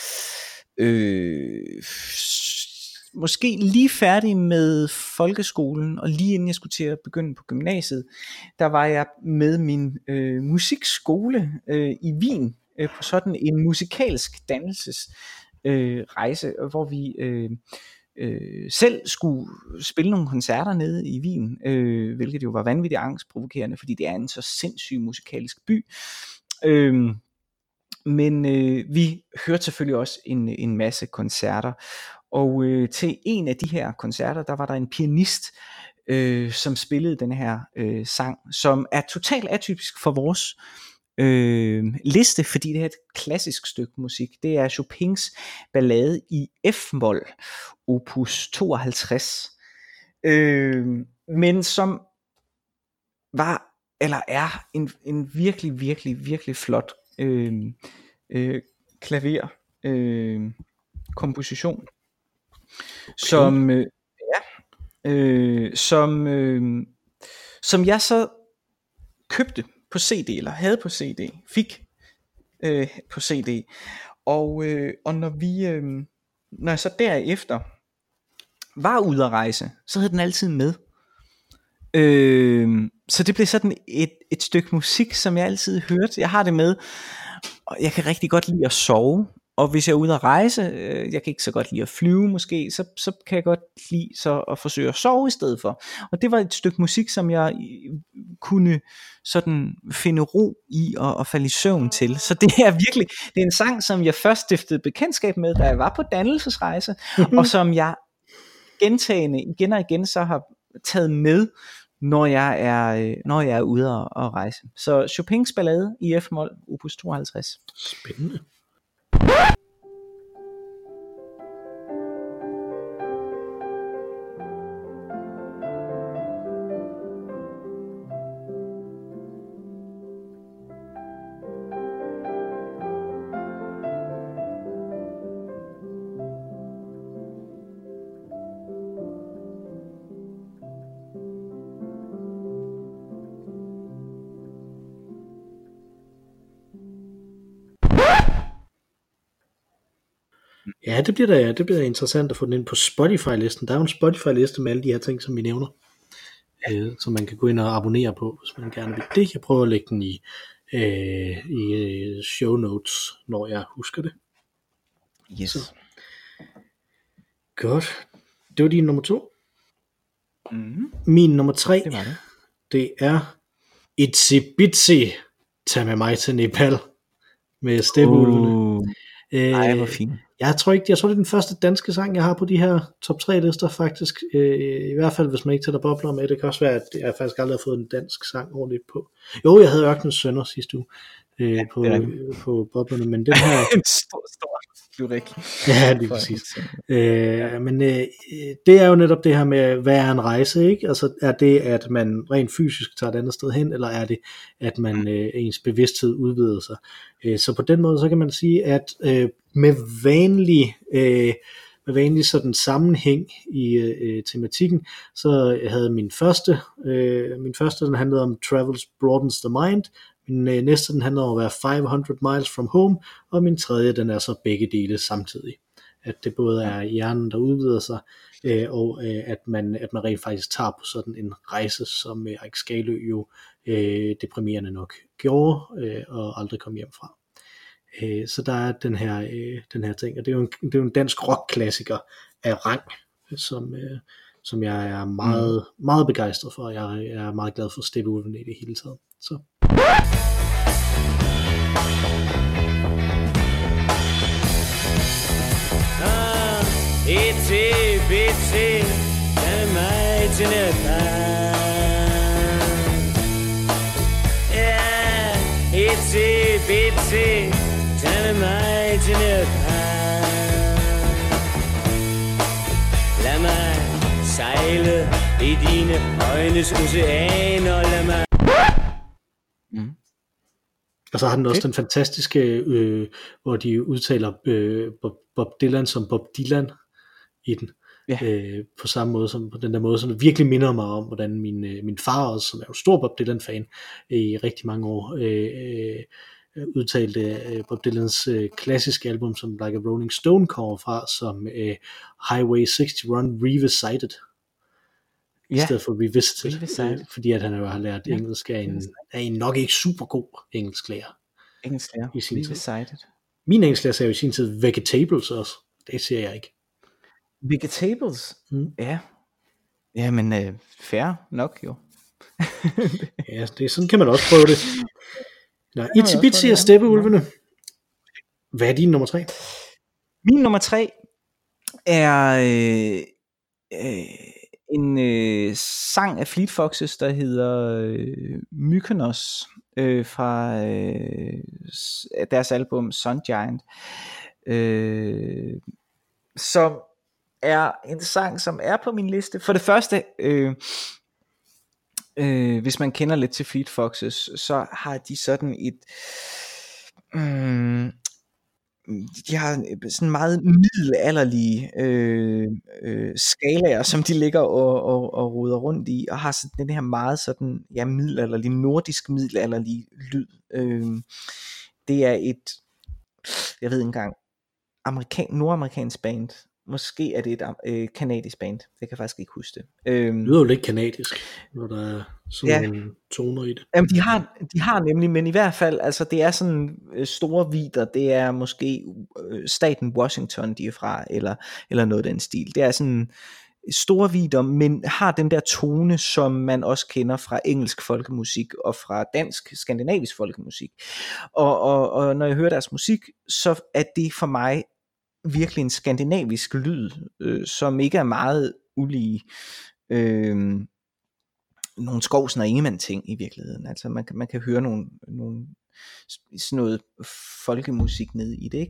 øh, måske lige færdig med folkeskolen, og lige inden jeg skulle til at begynde på gymnasiet, der var jeg med min øh, musikskole øh, i Wien, øh, på sådan en musikalsk dannelsesrejse, øh, hvor vi øh, øh, selv skulle spille nogle koncerter nede i Wien, øh, hvilket jo var vanvittigt angstprovokerende, fordi det er en så sindssyg musikalsk by. Øh, men øh, vi hørte selvfølgelig også en, en masse koncerter, og øh, til en af de her koncerter, der var der en pianist, øh, som spillede den her øh, sang, som er totalt atypisk for vores øh, liste, fordi det er et klassisk stykke musik. Det er Chopins ballade i F-mol, opus tooghalvtreds, øh, men som var, eller er, en, en virkelig, virkelig, virkelig flot øh, øh, klaver øh, komposition. Som øh, ja, øh, som øh, som jeg så købte på C D, eller havde på C D, fik øh, på C D, og øh, og når vi øh, når jeg så derefter var ude at rejse, så havde den altid med. Øh, så det blev sådan et et stykke musik, som jeg altid hørte. Jeg har det med, og jeg kan rigtig godt lide at sove. Og hvis jeg er ude at rejse, øh, jeg kan ikke så godt lide at flyve måske, så, så kan jeg godt lide så at forsøge at sove i stedet for. Og det var et stykke musik, som jeg kunne sådan finde ro i og, og falde i søvn til. Så det er virkelig, det er en sang, som jeg først stiftede bekendtskab med, da jeg var på dannelsesrejse, og som jeg gentagende igen og igen så har taget med, når jeg er, når jeg er ude at, at rejse. Så Chopins ballade i F-mol, opus tooghalvtreds. Spændende. Ja, det bliver da, det bliver da interessant at få den ind på Spotify-listen. Der er jo en Spotify-liste med alle de her ting, som vi nævner, øh, som man kan gå ind og abonnere på, hvis man gerne vil det. Jeg prøver at lægge den i, øh, i show notes, når jeg husker det. Yes. Så. Godt. Det var din nummer to. Mm-hmm. Min nummer tre, det, var det. det er Itsy Bitsy, Tag med mig til Nepal, med Steppeulvene. Uh, Ej, hvor fint. Jeg tror ikke, jeg tror det er den første danske sang, jeg har på de her top tre lister faktisk. Øh, I hvert fald, hvis man ikke tæller bobler med. Det kan også være, at jeg faktisk aldrig har fået en dansk sang ordentligt på. Jo, jeg havde Ørkenens Sønner sidste uge øh, ja, på, på boblerne, men den her... en stor, stor lyrik. Ja, det er præcis. Øh, men øh, det er jo netop det her med, hvad er en rejse, ikke? Altså, er det, at man rent fysisk tager et andet sted hen, eller er det, at man øh, ens bevidsthed udvider sig? Øh, så på den måde, så kan man sige, at øh, med vanlig, øh, med vanlig sådan sammenhæng i øh, tematikken, så havde min første, øh, min første, den handlede om Travels Broadens the Mind, min øh, næste, den handler om at være five hundred miles from home, og min tredje, den er så begge dele samtidig. At det både er hjernen, der udvider sig, øh, og øh, at, man, at man rent faktisk tager på sådan en rejse, som øh, Erik Skalø jo øh, deprimerende nok gjorde, øh, og aldrig kom hjem fra. Øh, så der er den her, øh, den her ting, og det er jo en, det er jo en dansk rockklassiker af rang, som, øh, som jeg er meget, mm. meget begejstret for, og jeg, jeg er meget glad for Steppeulvene i det hele taget. Så. Itsy bitsy, tag med mig til Nepal. Ja, itsy bitsy, tag med mig til Nepal. Lad mig sejle i dine øjnes oceaner, lad mig. Mm. Og så har den også okay. den fantastiske, øh, hvor de udtaler øh, Bob, Bob Dylan som Bob Dylan i den. Yeah. Øh, på samme måde, som på den der måde, som det virkelig minder mig om, hvordan min, øh, min far også, som er jo stor Bob Dylan-fan i rigtig mange år, øh, øh, udtalte øh, Bob Dylans øh, klassiske album, som Like a Rolling Stone kommer fra, som øh, Highway sixty Run Revisited. I yeah. stedet for Revisited, øh, fordi at han jo har lært yeah. engelsk af en, af en nok ikke super god engelsklærer. Engelsklærer, i sin Revisited. Tid. Min engelsklærer sagde jo i sin tid Vegetables også. Det siger jeg ikke. Vegetables? Mm. Ja. Jamen, øh, fair nok jo. Ja, det er sådan kan man også prøve det. Nå, Itsy Bitsy og Steppeulvene. Hvad er din nummer tre? Min nummer tre er øh, øh, en øh, sang af Fleet Foxes, der hedder øh, Mykonos, øh, fra øh, deres album Sun Giant, øh, som er en sang, som er på min liste. For det første, øh, øh, hvis man kender lidt til Fleet Foxes, så har de sådan et øh, de har sådan meget middelalderlige øh, øh, skalaer, som de ligger og, og, og roder rundt i, og har sådan den her meget sådan, ja, middelalderlige, nordisk middelalderlige lyd. Øh, det er et, jeg ved ikke engang, amerikan, nordamerikansk band. Måske er det et øh, kanadisk band. Jeg kan faktisk ikke huske det. Øhm, det lyder jo lidt kanadisk, når der er sådan ja. nogle toner i det. Jamen, de har, de har nemlig, men i hvert fald, altså det er sådan øh, store vidder. Det er måske øh, staten Washington, de er fra, eller, eller noget af den stil. Det er sådan store vidder, men har den der tone, som man også kender fra engelsk folkemusik og fra dansk, skandinavisk folkemusik. Og, og, og når jeg hører deres musik, så er det for mig virkelig en skandinavisk lyd, øh, som ikke er meget ulige øh, nogle Skovsen og Ingemann ting i virkeligheden. Altså man kan, man kan høre nogle, nogle sådan noget folkemusik ned i det, ikke?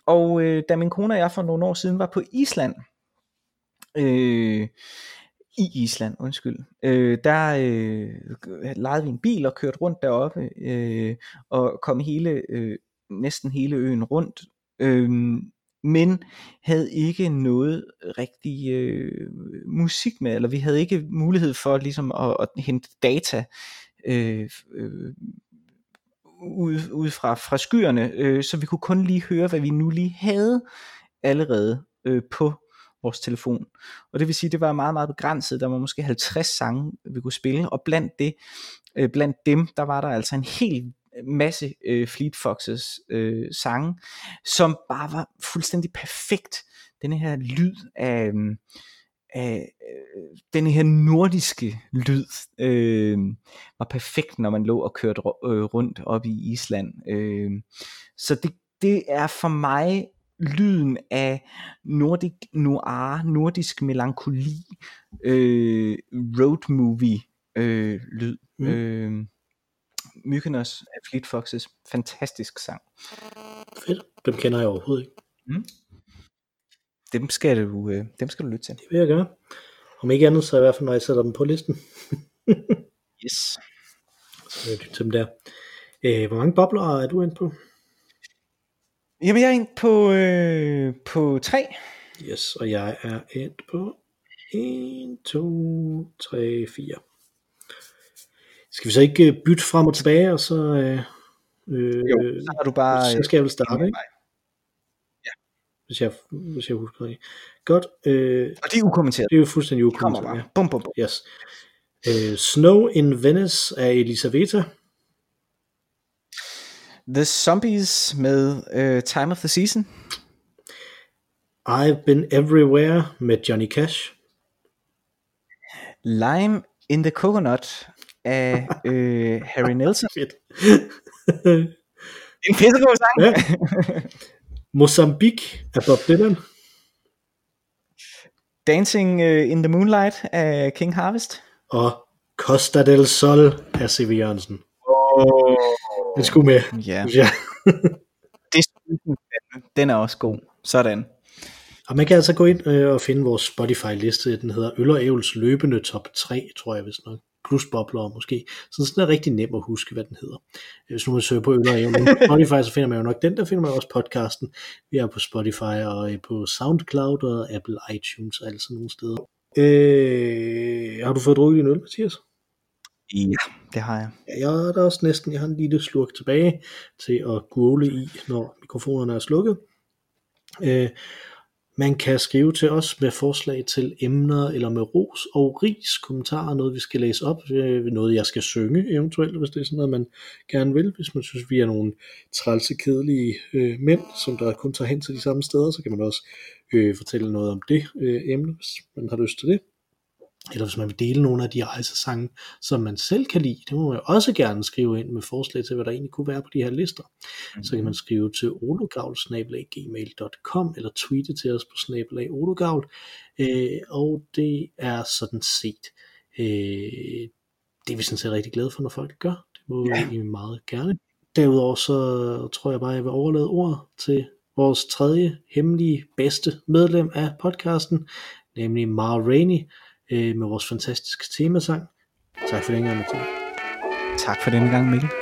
og øh, da min kone og jeg for nogle år siden var på Island, øh, i Island, undskyld, øh, der øh, lejede vi en bil og kørte rundt deroppe, øh, og kom hele, øh, næsten hele øen rundt, øh, men havde ikke noget rigtig øh, musik med, eller vi havde ikke mulighed for ligesom at, at hente data øh, øh, ud, ud fra, fra skyerne, øh, så vi kunne kun lige høre, hvad vi nu lige havde allerede øh, på vores telefon. Og det vil sige, det var meget, meget begrænset. Der var måske halvtreds sange, vi kunne spille, og blandt det, øh, blandt dem, der var der altså en hel masse øh, Fleet Foxes øh, sange, som bare var fuldstændig perfekt. Denne her lyd af, af øh, denne her nordiske lyd øh, var perfekt, når man lå og kørte øh, rundt op i Island. Øh, så det, det er for mig lyden af nordic noir, nordisk melankoli, øh, road movie øh, lyd. Mm. Øh, Mykonos af Fleet Foxes, fantastisk sang. Fedt, dem kender jeg overhovedet ikke. Mm. Dem skal du, øh, dem skal du lytte til. Det vil jeg gøre. Om ikke andet, så i hvert fald, når jeg sætter dem på listen. Yes. Så jeg til dem der. Øh, hvor mange bobler er du inde på? Jamen, jeg er inde på, øh, på tre. Yes, og jeg er inde på en, to, tre, fire. Skal vi så ikke bytte frem og tilbage, og så... Øh, jo, så har du bare... Så skal jeg vel starte, ikke? Ja. Hvis jeg, hvis jeg husker det. Godt. Øh, og det er ukommenteret. Det er jo fuldstændig ukommenteret. Ja. Bum, bum, bum. Yes. Øh, Snow in Venice af Elisaveta. The Zombies med uh, Time of the Season. I've Been Everywhere med Johnny Cash. Lime in the Coconut af øh, Harry Nilsson. Fedt. En pissegod sang. Ja. Mozambique af Bob Dylan. Dancing uh, in the Moonlight af King Harvest. Og Costa del Sol af C V Jørgensen. Oh. Den skulle med. Ja. Ja. Det, den er også god. Sådan. Og man kan altså gå ind øh, og finde vores Spotify-liste. Den hedder Øl og Ævls løbende top tre, tror jeg vist nok. Plus bobler måske. Så sådan er rigtig nem at huske, hvad den hedder. Hvis nu man søger på Øl og Ævl på Spotify, så finder man jo nok den. Der finder man også podcasten. Vi er på Spotify og på SoundCloud og Apple iTunes og alle sådan nogle steder. Øh, har du fået drukket din øl, Mathias? Ja, det har jeg. Ja, jeg er der også næsten. Jeg har en lille slurk tilbage til at gurgle i, når mikrofonerne er slukket. Øh, Man kan skrive til os med forslag til emner, eller med ros og ris, kommentarer, noget vi skal læse op, noget jeg skal synge eventuelt, hvis det er sådan noget, man gerne vil. Hvis man synes, vi er nogle trælse, kedelige øh, mænd, som der kun tager hen til de samme steder, så kan man også øh, fortælle noget om det øh, emne, hvis man har lyst til det. Eller hvis man vil dele nogle af de rejsesange, som man selv kan lide, det må man også gerne skrive ind med forslag til, hvad der egentlig kunne være på de her lister. Mm-hmm. Så kan man skrive til ologavl snabel-a gmail punktum com eller tweete til os på snabel-a ologavl, øh, og det er sådan set, øh, det er vi sådan set rigtig glade for, når folk gør. Det må ja. vi meget gerne. Derudover så tror jeg bare, jeg vil overlade ordet til vores tredje hemmelige bedste medlem af podcasten, nemlig Ma Rainey, med vores fantastiske temasang. Tak for den gang, Mathias. Tak for den gang, Mikkel.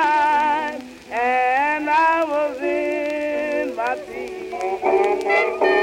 Thank you.